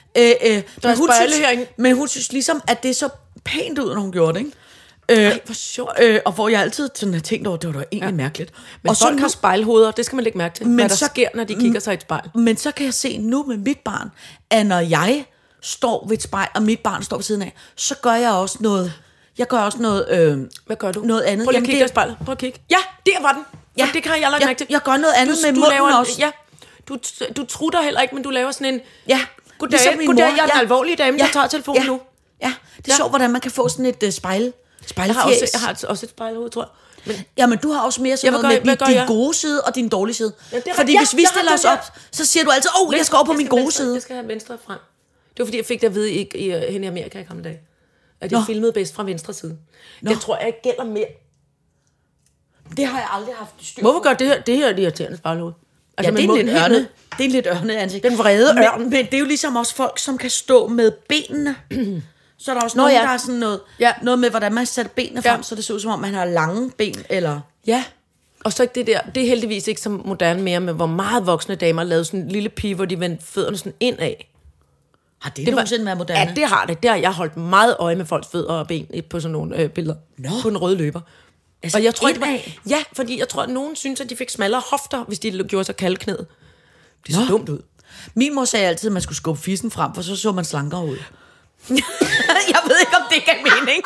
Men hun synes ligesom, at det så pænt ud, når hun gjorde det, ikke? Ej, hvor sjovt. Og hvor jeg altid sådan har tænkt over, det var da egentlig mærkeligt. Men og folk har spejlhoveder, det skal man lægge mærke til, hvad der sker, når de kigger sig i et spejl. Men så kan jeg se nu med mit barn, at når jeg står ved et spejl, og mit barn står ved siden af, så gør jeg også noget. Jeg gør også noget. Hvad gør du? Noget andet. Prøv lige at kigge i spejlet. Prøv at kigge. Ja, der var den. Ja, det kan jeg lagt mærke til. Jeg gør noget andet med munden også. Ja. Du trutter heller ikke, men du laver sådan en. Ja. Goddag, jeg er den alvorlige dame, der tager telefonen nu. Ja, det er sjovt, hvordan man kan få sådan et spejlfjæs. Jeg har også et spejlhoved, tror jeg. Men du har også mere sådan noget med din gode side og din dårlige side. Fordi hvis vi stiller os op, så siger du altid, jeg skal over på min gode side. Jeg skal have venstre frem. Det var fordi, jeg fik det at vide hen i Amerika i gamle dage. At jeg filmede bedst fra venstre side. Det tror jeg ikke gælder mere. Det har jeg aldrig haft styr på. Hvorfor gør det her? Det her er det irriterende spejlhoved. Altså, det er en lidt ørne ansigt. Den vrede ørn. Men det er jo ligesom også folk, som kan stå med benene. Så er der også nogen, der er sådan noget med, hvordan man sætter benene frem, så det ser ud som om, man har lange ben, eller... Ja, og så det der, det er heldigvis ikke så moderne mere, med hvor meget voksne damer lavede sådan en lille pige, hvor de vendte fødderne sådan indad. Har det nogensinde været moderne? Ja, det har det. Der har jeg holdt meget øje med folks fødder og ben på sådan nogle billeder. På den røde løber. Altså, og jeg tror, fordi jeg tror, at nogen synes, at de fik smallere hofter, hvis de gjorde sig kalknæet. Det så dumt ud. Min mor sagde altid, at man skulle skubbe fissen frem, for så man slankere ud. Jeg ved ikke, om det gav mening.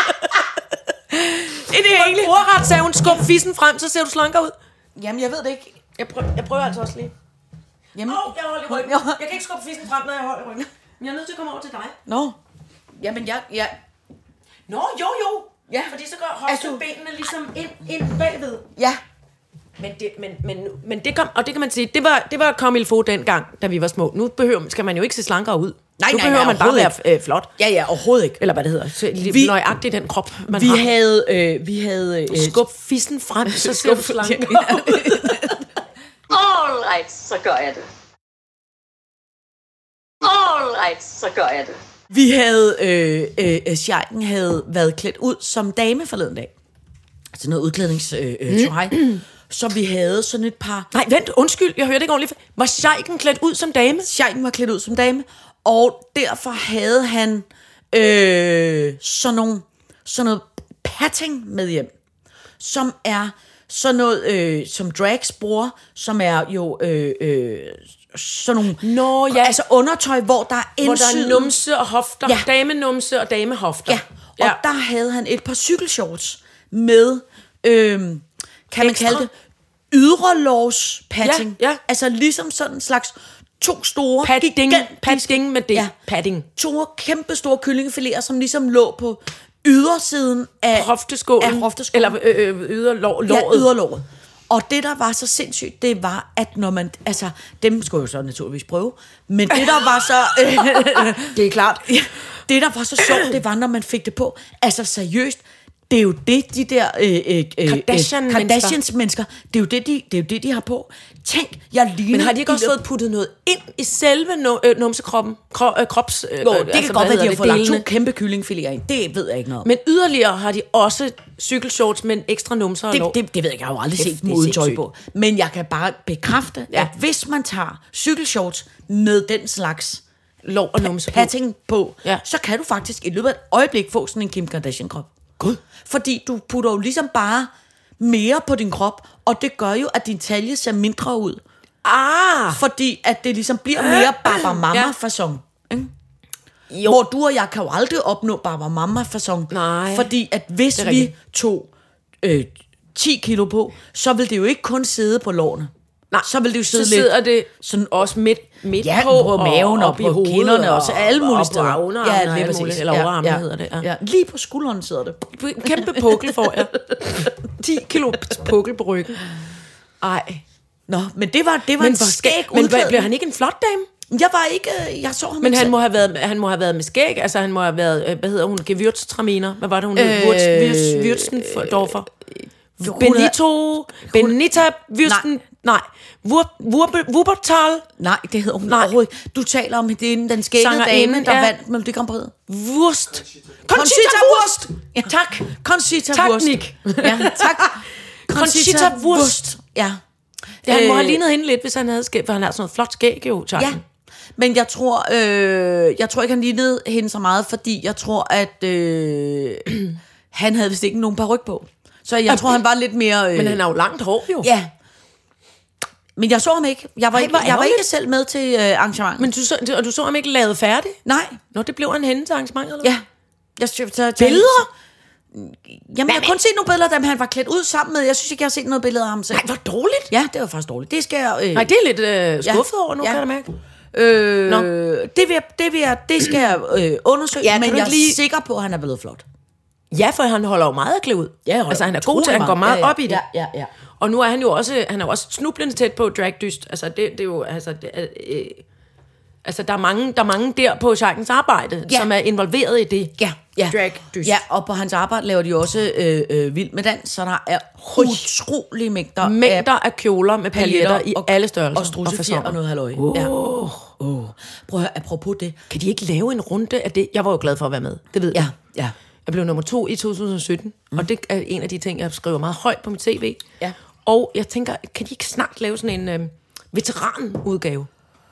Det er egentlig ordret, sagde hun, skub fissen frem, så ser du slankere ud. Jamen, jeg ved det ikke. Jeg prøver altså også lige. Jamen, jeg holder i ryggen. Jeg kan ikke skubbe fissen frem, når jeg holder i ryggen. Men jeg er nødt til at komme over til dig. Nå. Jamen, Nå, jo. Ja. Fordi så går hoftebenene ligesom ind bagved. Ja. Men det kom, og det kan man sige, det var comme il faut dengang, da vi var små. Nu skal man jo ikke se slankere ud. Nu behøver man bare være flot. Ja, overhovedet ikke. Eller hvad det hedder. Nøjagtigt den krop, man har. Vi havde skub fissen frem, så ser du slankere ud. All right, så gør jeg det. All right, så gør jeg det. Vi havde, Scheiken havde været klædt ud som dame forleden dag. Altså noget udklædningstøj. Så vi havde sådan et par... Nej, vent, undskyld, jeg hørte ikke ordentligt. Var Scheiken klædt ud som dame? Scheiken var klædt ud som dame, og derfor havde han sådan noget patting med hjem, som er sådan noget, som drags bruger, som er jo sådan nogle altså undertøj, hvor der er indsyet. Hvor der er numse og hofter, damenumse og damehofter. Ja, og der havde han et par cykelshorts med, kan man kalde det, ydrelårspatting. Ja. Altså ligesom sådan en slags 2 store... Padding med det. Ja. Padding. 2 kæmpe store kyllingefiléer, som ligesom lå på ydersiden af hofteskålen. Eller yderlåret. Ja, yderlåret. Og det, der var så sindssygt, det var, at når man... Altså, dem skulle jo så naturligvis prøve. Men det, der var så... det er klart. Det, der var så sjovt, det var, når man fik det på. Altså, seriøst, det er jo det, de der Kardashian-mennesker. det er jo det, de har på. Tænk, jeg ligner... Men har de ikke også fået puttet noget ind i selve numsekroppen? Krops... Jo, det kan godt være, de har fået lagt 2 kæmpe kyllingfiléer ind. Det ved jeg ikke noget om. Men yderligere har de også cykelshorts med en ekstra numser og lår. Det ved jeg ikke, jeg har jo aldrig set dem uden tøj på. Men jeg kan bare bekræfte, at hvis man tager cykelshorts med den slags lår og numse patting på, så kan du faktisk i løbet af et øjeblik få sådan en Kim Kardashian-krop. Gud. Fordi du putter jo ligesom bare mere på din krop, og det gør jo, at din talje ser mindre ud. Fordi at det ligesom bliver mere Barbara Mama-façon. Hvor du og jeg kan jo aldrig opnå Barbara Mama-façon. Nej. Fordi at hvis vi tog 10 kilo på, så vil det jo ikke kun sidde på lårene. Nej, så vil det jo sidde så sidder lidt, det sådan også midt på maven og på kinderne og så alle mulige steder. Og underarmene, lige præcis. Eller overarmene hedder det. Ja, lige på skulderen sidder det. En kæmpe pukkel får jeg. 10 kilo pukkel på ryggen. Ej. Nå, men det var en skæg udklædning. Men blev han ikke en flot dame? Jeg så ham men ikke. Men han må have været med skæg. Altså han må have været, hvad hedder hun, Gewürztraminer. Hvad var det hun hed? Würstendorfer. Benita Würsten. Nej. Wuppertal. Nej, det hedder hun overhovedet ikke. Du taler om den skæggede dame, der vandt Melodi Grand Prix. Wurst. Conchita Wurst. Ja. Tak. Conchita Wurst. Ja, tak. Conchita Wurst. Ja. Han må have lignet hende lidt, hvis han havde skæg, for han har sådan noget flot skæg jo, tak. Ja. Men jeg tror ikke, han lignede hende så meget, fordi jeg tror, at han havde vist ikke nogen paryk på. Så jeg tror, han var lidt mere... Men han har jo langt hår, jo. Ja. Men jeg så ham ikke. Jeg var ikke selv med til arrangementet. Men du så ham ikke lavet færdig? Nej. Nå, det blev han henne til arrangementet, eller? Ja. Billeder? Jamen, jeg har kun set nogle billeder, da han var klædt ud sammen med. Jeg synes ikke, jeg har set noget billede af ham selv. Nej, hvor dårligt. Ja, det var faktisk dårligt. Det skal jeg... Nej, det er lidt skuffet over nu, kan jeg mærke. Det skal jeg undersøge, men jeg er sikker på, at han er blevet flot. Ja, for han holder jo meget at klæde ud. Ja, altså, han er god til, han går meget op i det. Ja. Og nu er han jo også snublende tæt på dragdyst. Altså, det er jo... Altså, der er mange der på Sharkens arbejde, som er involveret i det. Ja. Dragdyst. Ja, og på hans arbejde laver de også Vild med dans, så der er utrolige mængder af kjoler med paljetter i alle størrelser. Og strudsefjer og noget halløj. Prøv at høre, apropos det. Kan de ikke lave en runde af det? Jeg var jo glad for at være med, det ved jeg. Ja. Jeg blev nummer 2 i 2017, og det er en af de ting, jeg skriver meget højt på mit tv. Ja. Og jeg tænker, kan de ikke snart lave sådan en veteranudgave?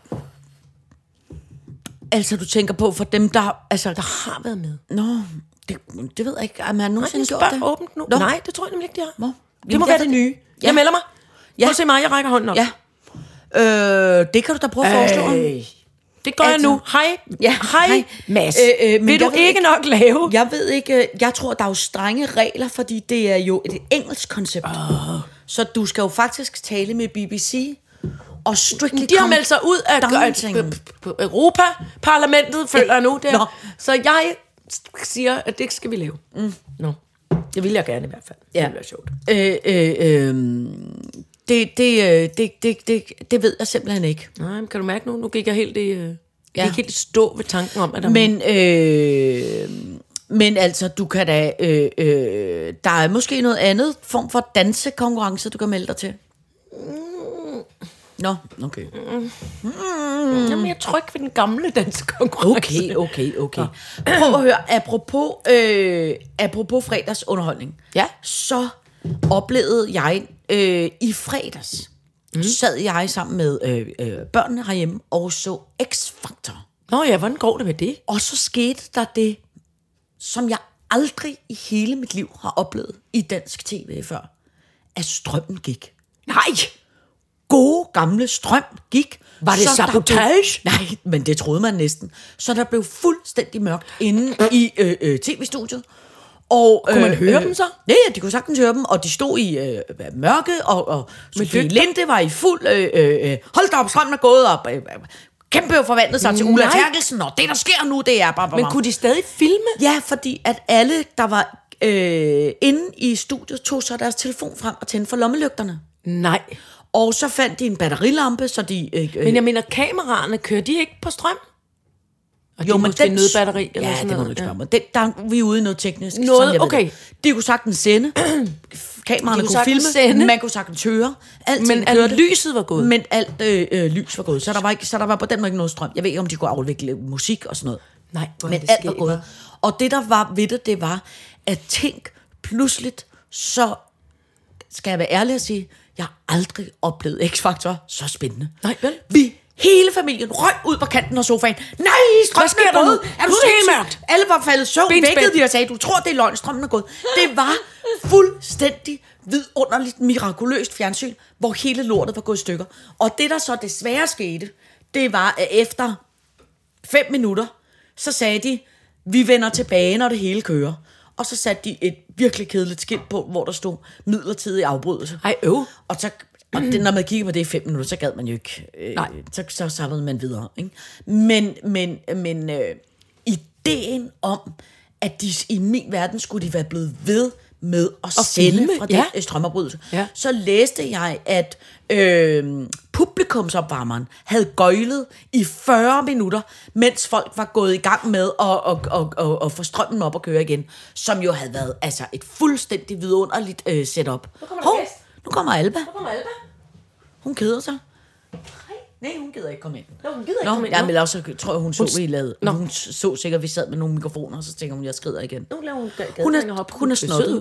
Altså, du tænker på for dem, der har været med. Nå, det ved jeg ikke. Har man nogensinde gjort det? Åbent nu. Nej, det tror jeg nemlig ikke, de har. Nå. Det må være det nye. Ja. Jeg melder mig. Prøv at se mig, jeg rækker hånden op. Ja. Det kan du da prøve at foreslå. Det gør jeg nu. Hej, Mads. Vil du ikke nok lave? Jeg ved ikke. Jeg tror, der er jo strenge regler, fordi det er jo et engelsk koncept. Så du skal jo faktisk tale med BBC og Strictly de har meldt sig ud af Europa-parlamentet, føler jeg nu. Så jeg siger, at det skal vi lave. Nå. Det vil jeg gerne i hvert fald. Ja. Det bliver sjovt. Det ved jeg simpelthen ikke. Nej, men kan du mærke nu? Nu gik jeg helt i stå ved tanken om, at der Men altså, du kan da... der er måske noget andet form for dansekonkurrence, du kan melde dig til. Nå, okay. Jamen, jeg er tryg ved den gamle dansekonkurrence. Okay. Prøv at høre, apropos fredagsunderholdning. Ja. Så oplevede jeg i fredags, sad jeg sammen med børnene herhjemme og så X-Factor. Nå ja, hvordan går det med det? Og så skete der det, som jeg aldrig i hele mit liv har oplevet i dansk tv før. At strømmen gik. Nej! Gode gamle strøm gik. Var det sabotage? Nej, men det troede man næsten. Så der blev fuldstændig mørkt inde i tv-studiet. Og, kunne man høre dem så? Ja, de kunne sagtens høre dem, og de stod i mørke, og Sofie Linde var i fuld... hold da op, strømmen er gået op. Kæmpe forvandlet sig til Ulla Terkelsen, og det, der sker nu, det er bare... Men kunne de stadig filme? Ja, fordi at alle, der var inde i studiet, tog så deres telefon frem og tændte for lommelygterne. Nej. Og så fandt de en batterilampe, så de... Men jeg mener, kameraerne, kører de ikke på strøm? Og det er måske nødbatteri eller sådan det må noget. du ikke spørge mig. Vi er ude i noget teknisk. Noget, sådan, jeg ved okay. det. De kunne sagtens sende. Kameraerne kunne filme. Sende. Man kunne sagtens høre. Men alt lyset var gået. Men alt lys var gået. Så der var på den måde ikke noget strøm. Jeg ved ikke, om de kunne afvikle musik og sådan noget. Nej, men alt var gået. Og det, der var ved det var, at tænk pludseligt, så skal jeg være ærlig at sige, jeg har aldrig oplevet X-Factor så spændende. Nej, vel? Hele familien røg ud på kanten af sofaen. Nej, strømmen er gået. Er du helt mørkt? Alle var faldet søvn. Vækkede de og sagde, du tror, det er løgn, strømmen er gået. Det var fuldstændig vidunderligt, mirakuløst fjernsyn, hvor hele lortet var gået i stykker. Og det, der så desværre skete, det var, at efter 5 minutter, så sagde de, vi vender tilbage, når det hele kører. Og så satte de et virkelig kedeligt skilt på, hvor der stod midlertidig afbrydelse. Og så... Og det, når man kigger på det i 5 minutter, så gad man jo ikke. Nej. Så savnede man videre. Ikke? Men ideen om, at de i min verden skulle de være blevet ved med at sende fra den strømafbrydelse. Ja. Så læste jeg, at publikumsopvarmeren havde gøjlet i 40 minutter, mens folk var gået i gang med at få strømmen op og køre igen. Som jo havde været altså et fuldstændig vidunderligt setup. Nu kommer Alba. Hun keder sig. Nej, hun gider ikke komme ind. Men også tror jeg, hun så vi lavet. Hun så sikkert, vi sad med nogle mikrofoner, og så tænker hun, jeg skrider igen. Hun er snottet.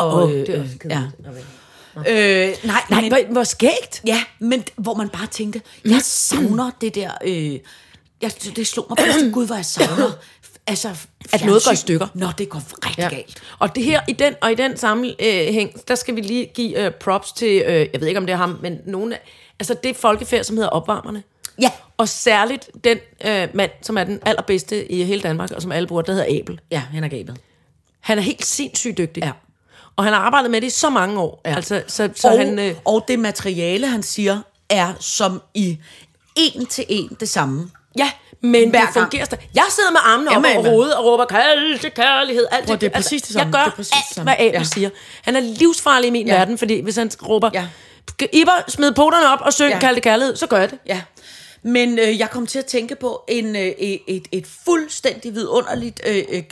Nej, hvor skægt. Ja, men hvor man bare tænkte, jeg savner det der. Det slog mig pludselig, gud, hvor jeg savner. Altså, at noget går i stykker. Det går rigtig galt. Og det her, i den sammenhæng, der skal vi lige give props til, jeg ved ikke om det er ham, men nogen altså det folkefærd, som hedder Opvarmerne. Ja. Og særligt den mand, som er den allerbedste i hele Danmark, og som alle bruger, der hedder Abel. Ja, han er Abel. Han er helt sindssygt dygtig. Ja. Og han har arbejdet med det i så mange år. Ja. Altså, og det materiale, han siger, er som i 1 til 1 det samme. Ja, men det fungerer stadig. Jeg sidder med armene op over hovedet og råber kærlighed. Alt det er præcis det samme. Jeg gør alt, hvad Abel siger. Han er livsfarlig i min verden, fordi hvis han råber, Iber, smid poterne op og syng kærlighed, så gør jeg det. Ja. Men jeg kom til at tænke på et fuldstændig vidunderligt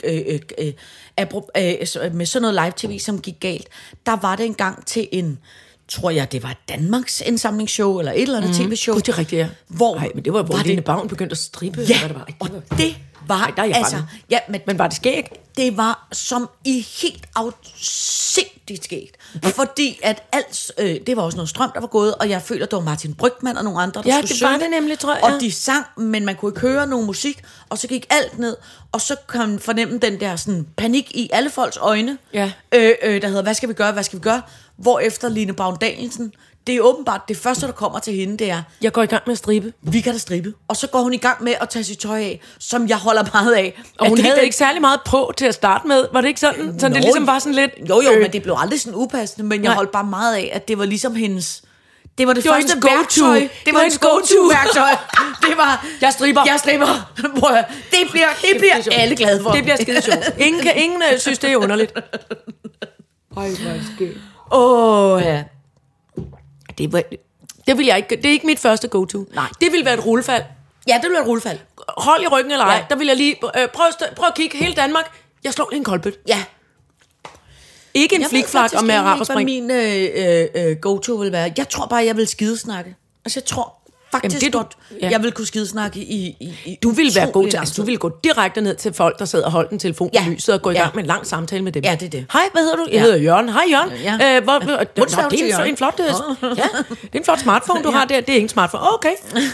med sådan noget live-tv, som gik galt. Der var det engang til en, tror jeg, det var Danmarks indsamlingsshow, eller et eller andet tv-show. Det er rigtigt, ja. Nej, men det var, hvor Line Bavn begyndte at stribe. Ja, og det var, men var det skægt? Det var som i helt afsindigt skægt. Fordi at alt, det var også noget strøm, der var gået, og jeg føler, at det var Martin Brygmann og nogle andre, der skulle synge. Ja, det var det nemlig, tror jeg. Og de sang, men man kunne ikke høre nogen musik, og så gik alt ned, og så kan man fornemme den der sådan, panik i alle folks øjne, der hedder, hvad skal vi gøre? Hvorefter Line Bavn Danielsen, det er åbenbart det første, der kommer til hende, det er, jeg går i gang med at stribe. Vi kan da stribe. Og så går hun i gang med at tage sit tøj af, som jeg holder meget af. Og hun havde ikke særlig meget på til at starte med. Var det ikke sådan? Så det ligesom var sådan lidt... Jo, men det blev aldrig sådan upassende, men jeg holdt bare meget af, at det var ligesom hendes... Det var det første værktøj. Det var hendes go-to-værktøj. Det var... Jeg striber. Det bliver alle glade for. Det bliver skide sjovt. Ingen synes, det er underligt. Ej, hvor skønt. Ja. Det vil jeg ikke. Det er ikke mit første go-to. Nej. Det vil være et rullefald. Ja, det vil være et rullefald. Hold i ryggen eller ej. Der vil jeg lige... Prøv at kigge hele Danmark. Jeg slår lige en koldbøt. Ja. Ikke en flikflak og med araberspring. Min go-to vil være. Jeg tror bare, jeg vil skidesnakke. Altså, jeg tror faktisk godt, jeg vil kunne skidesnakke i du vil være god til. Altså, du vil gå direkte ned til folk, der sidder og holder en telefon i lyset og gå i gang med en lang samtale med dem. Ja, det er det. Hej, hvad hedder du? Jeg hedder Jørgen. Hej, Jørgen. Det er en flot... det er en flot smartphone, du har der. Det er ikke en smartphone. Okay.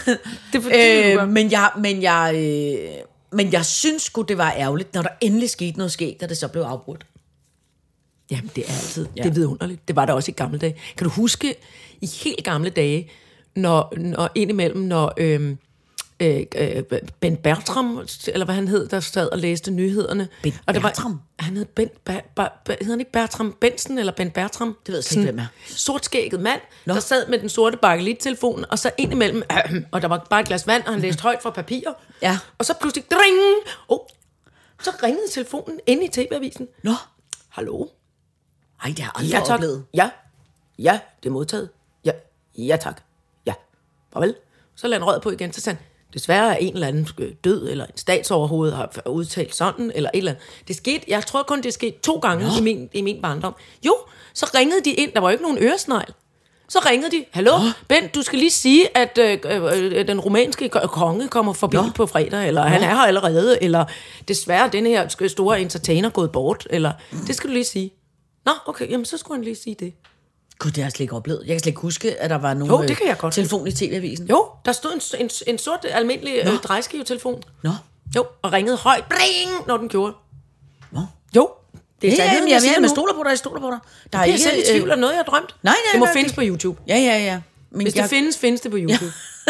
Men jeg synes sgu, det var ærgerligt, når der endelig skete noget skægt, da det så blev afbrudt. Jamen, det er altid. Det er vidunderligt. Det var der også i gamle dage. Kan du huske i helt gamle dage, når indimellem, når Ben Bertram, eller hvad han hed, der sad og læste nyhederne. Ben Bertram? Han hed hed han ikke Bertram Benson, eller Ben Bertram? Det ved jeg ikke, hvem er. Sortskægget mand, der sad med den sorte bakelit-telefon, og så indimellem, og der var bare et glas vand, og han læste højt fra papir. Ja. Og så pludselig, dring! Så ringede telefonen inde i TV-avisen. Nå. Hallo? Ej, det har jeg aldrig oplevet. Ja, det er modtaget. Ja, tak. Ja, farvel. Så lagde han røret på igen, så sagde han, desværre er en eller anden død, eller en statsoverhoved har udtalt sådan, eller et eller andet. Det skete, jeg tror kun, det skete 2 gange i min barndom. Jo, så ringede de ind, der var jo ikke nogen øresnegl. Så ringede de, hallo, Bent, du skal lige sige, at den rumænske konge kommer forbi på fredag, eller han er her allerede, eller desværre den her store entertainer gået bort, eller det skal du lige sige. Nå, okay, jamen så skulle han lige sige det. Gud, det har jeg slet ikke oplevet. Jeg kan slet ikke huske, at der var nogen telefon i TV-avisen. Jo, der stod en sort, almindelig drejeskivetelefon. Nå. Jo, og ringede højt, bring, når den gjorde. Nå. Jo. Det er sandheden, jeg stoler på dig, jeg stoler på dig. Der er ikke selv i tvivl af noget, jeg har drømt. Nej, det må findes på YouTube. Ja. Men hvis det findes det på YouTube.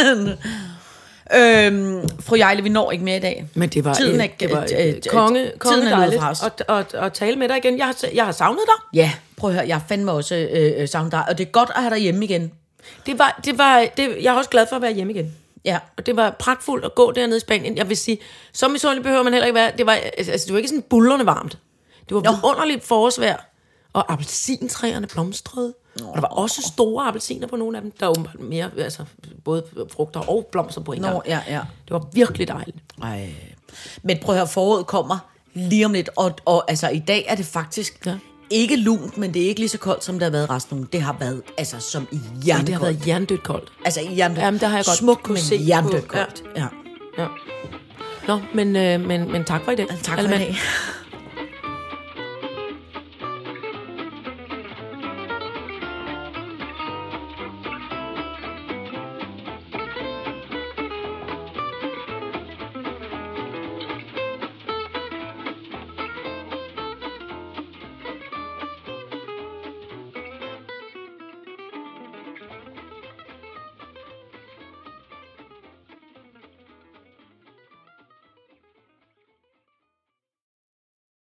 Fru Jejle, vi når ikke mere i dag. Men det var, tiden konge dejligt at tale med dig igen. Jeg har savnet dig. Ja, prøv at høre, jeg har fandme også savnet dig. Og det er godt at have dig hjemme igen. Jeg er også glad for at være hjemme igen. Ja. Og det var pragtfuldt at gå dernede i Spanien. Jeg vil sige, så misundelig behøver man heller ikke være. Det var ikke sådan bullerne varmt. Det var underligt forårsvejr. Og appelsintræerne blomstrede. Og der var også store appelsiner på nogle af dem. Der er åbenbart mere, både frugter og blomster på en gang. Ja. Det var virkelig dejligt. Ej. Men prøv at høre, foråret kommer lige om lidt. Og altså, i dag er det faktisk ikke lunt, men det er ikke lige så koldt, som det har været resten af ugen. Det har været som i jernkoldt. Ja, det har været jerndødt koldt. Altså i jerndødt. Jamen, der har jeg godt smukt, men jerndødt koldt. Ja. Nå, men tak for i dag. Tak for i dag.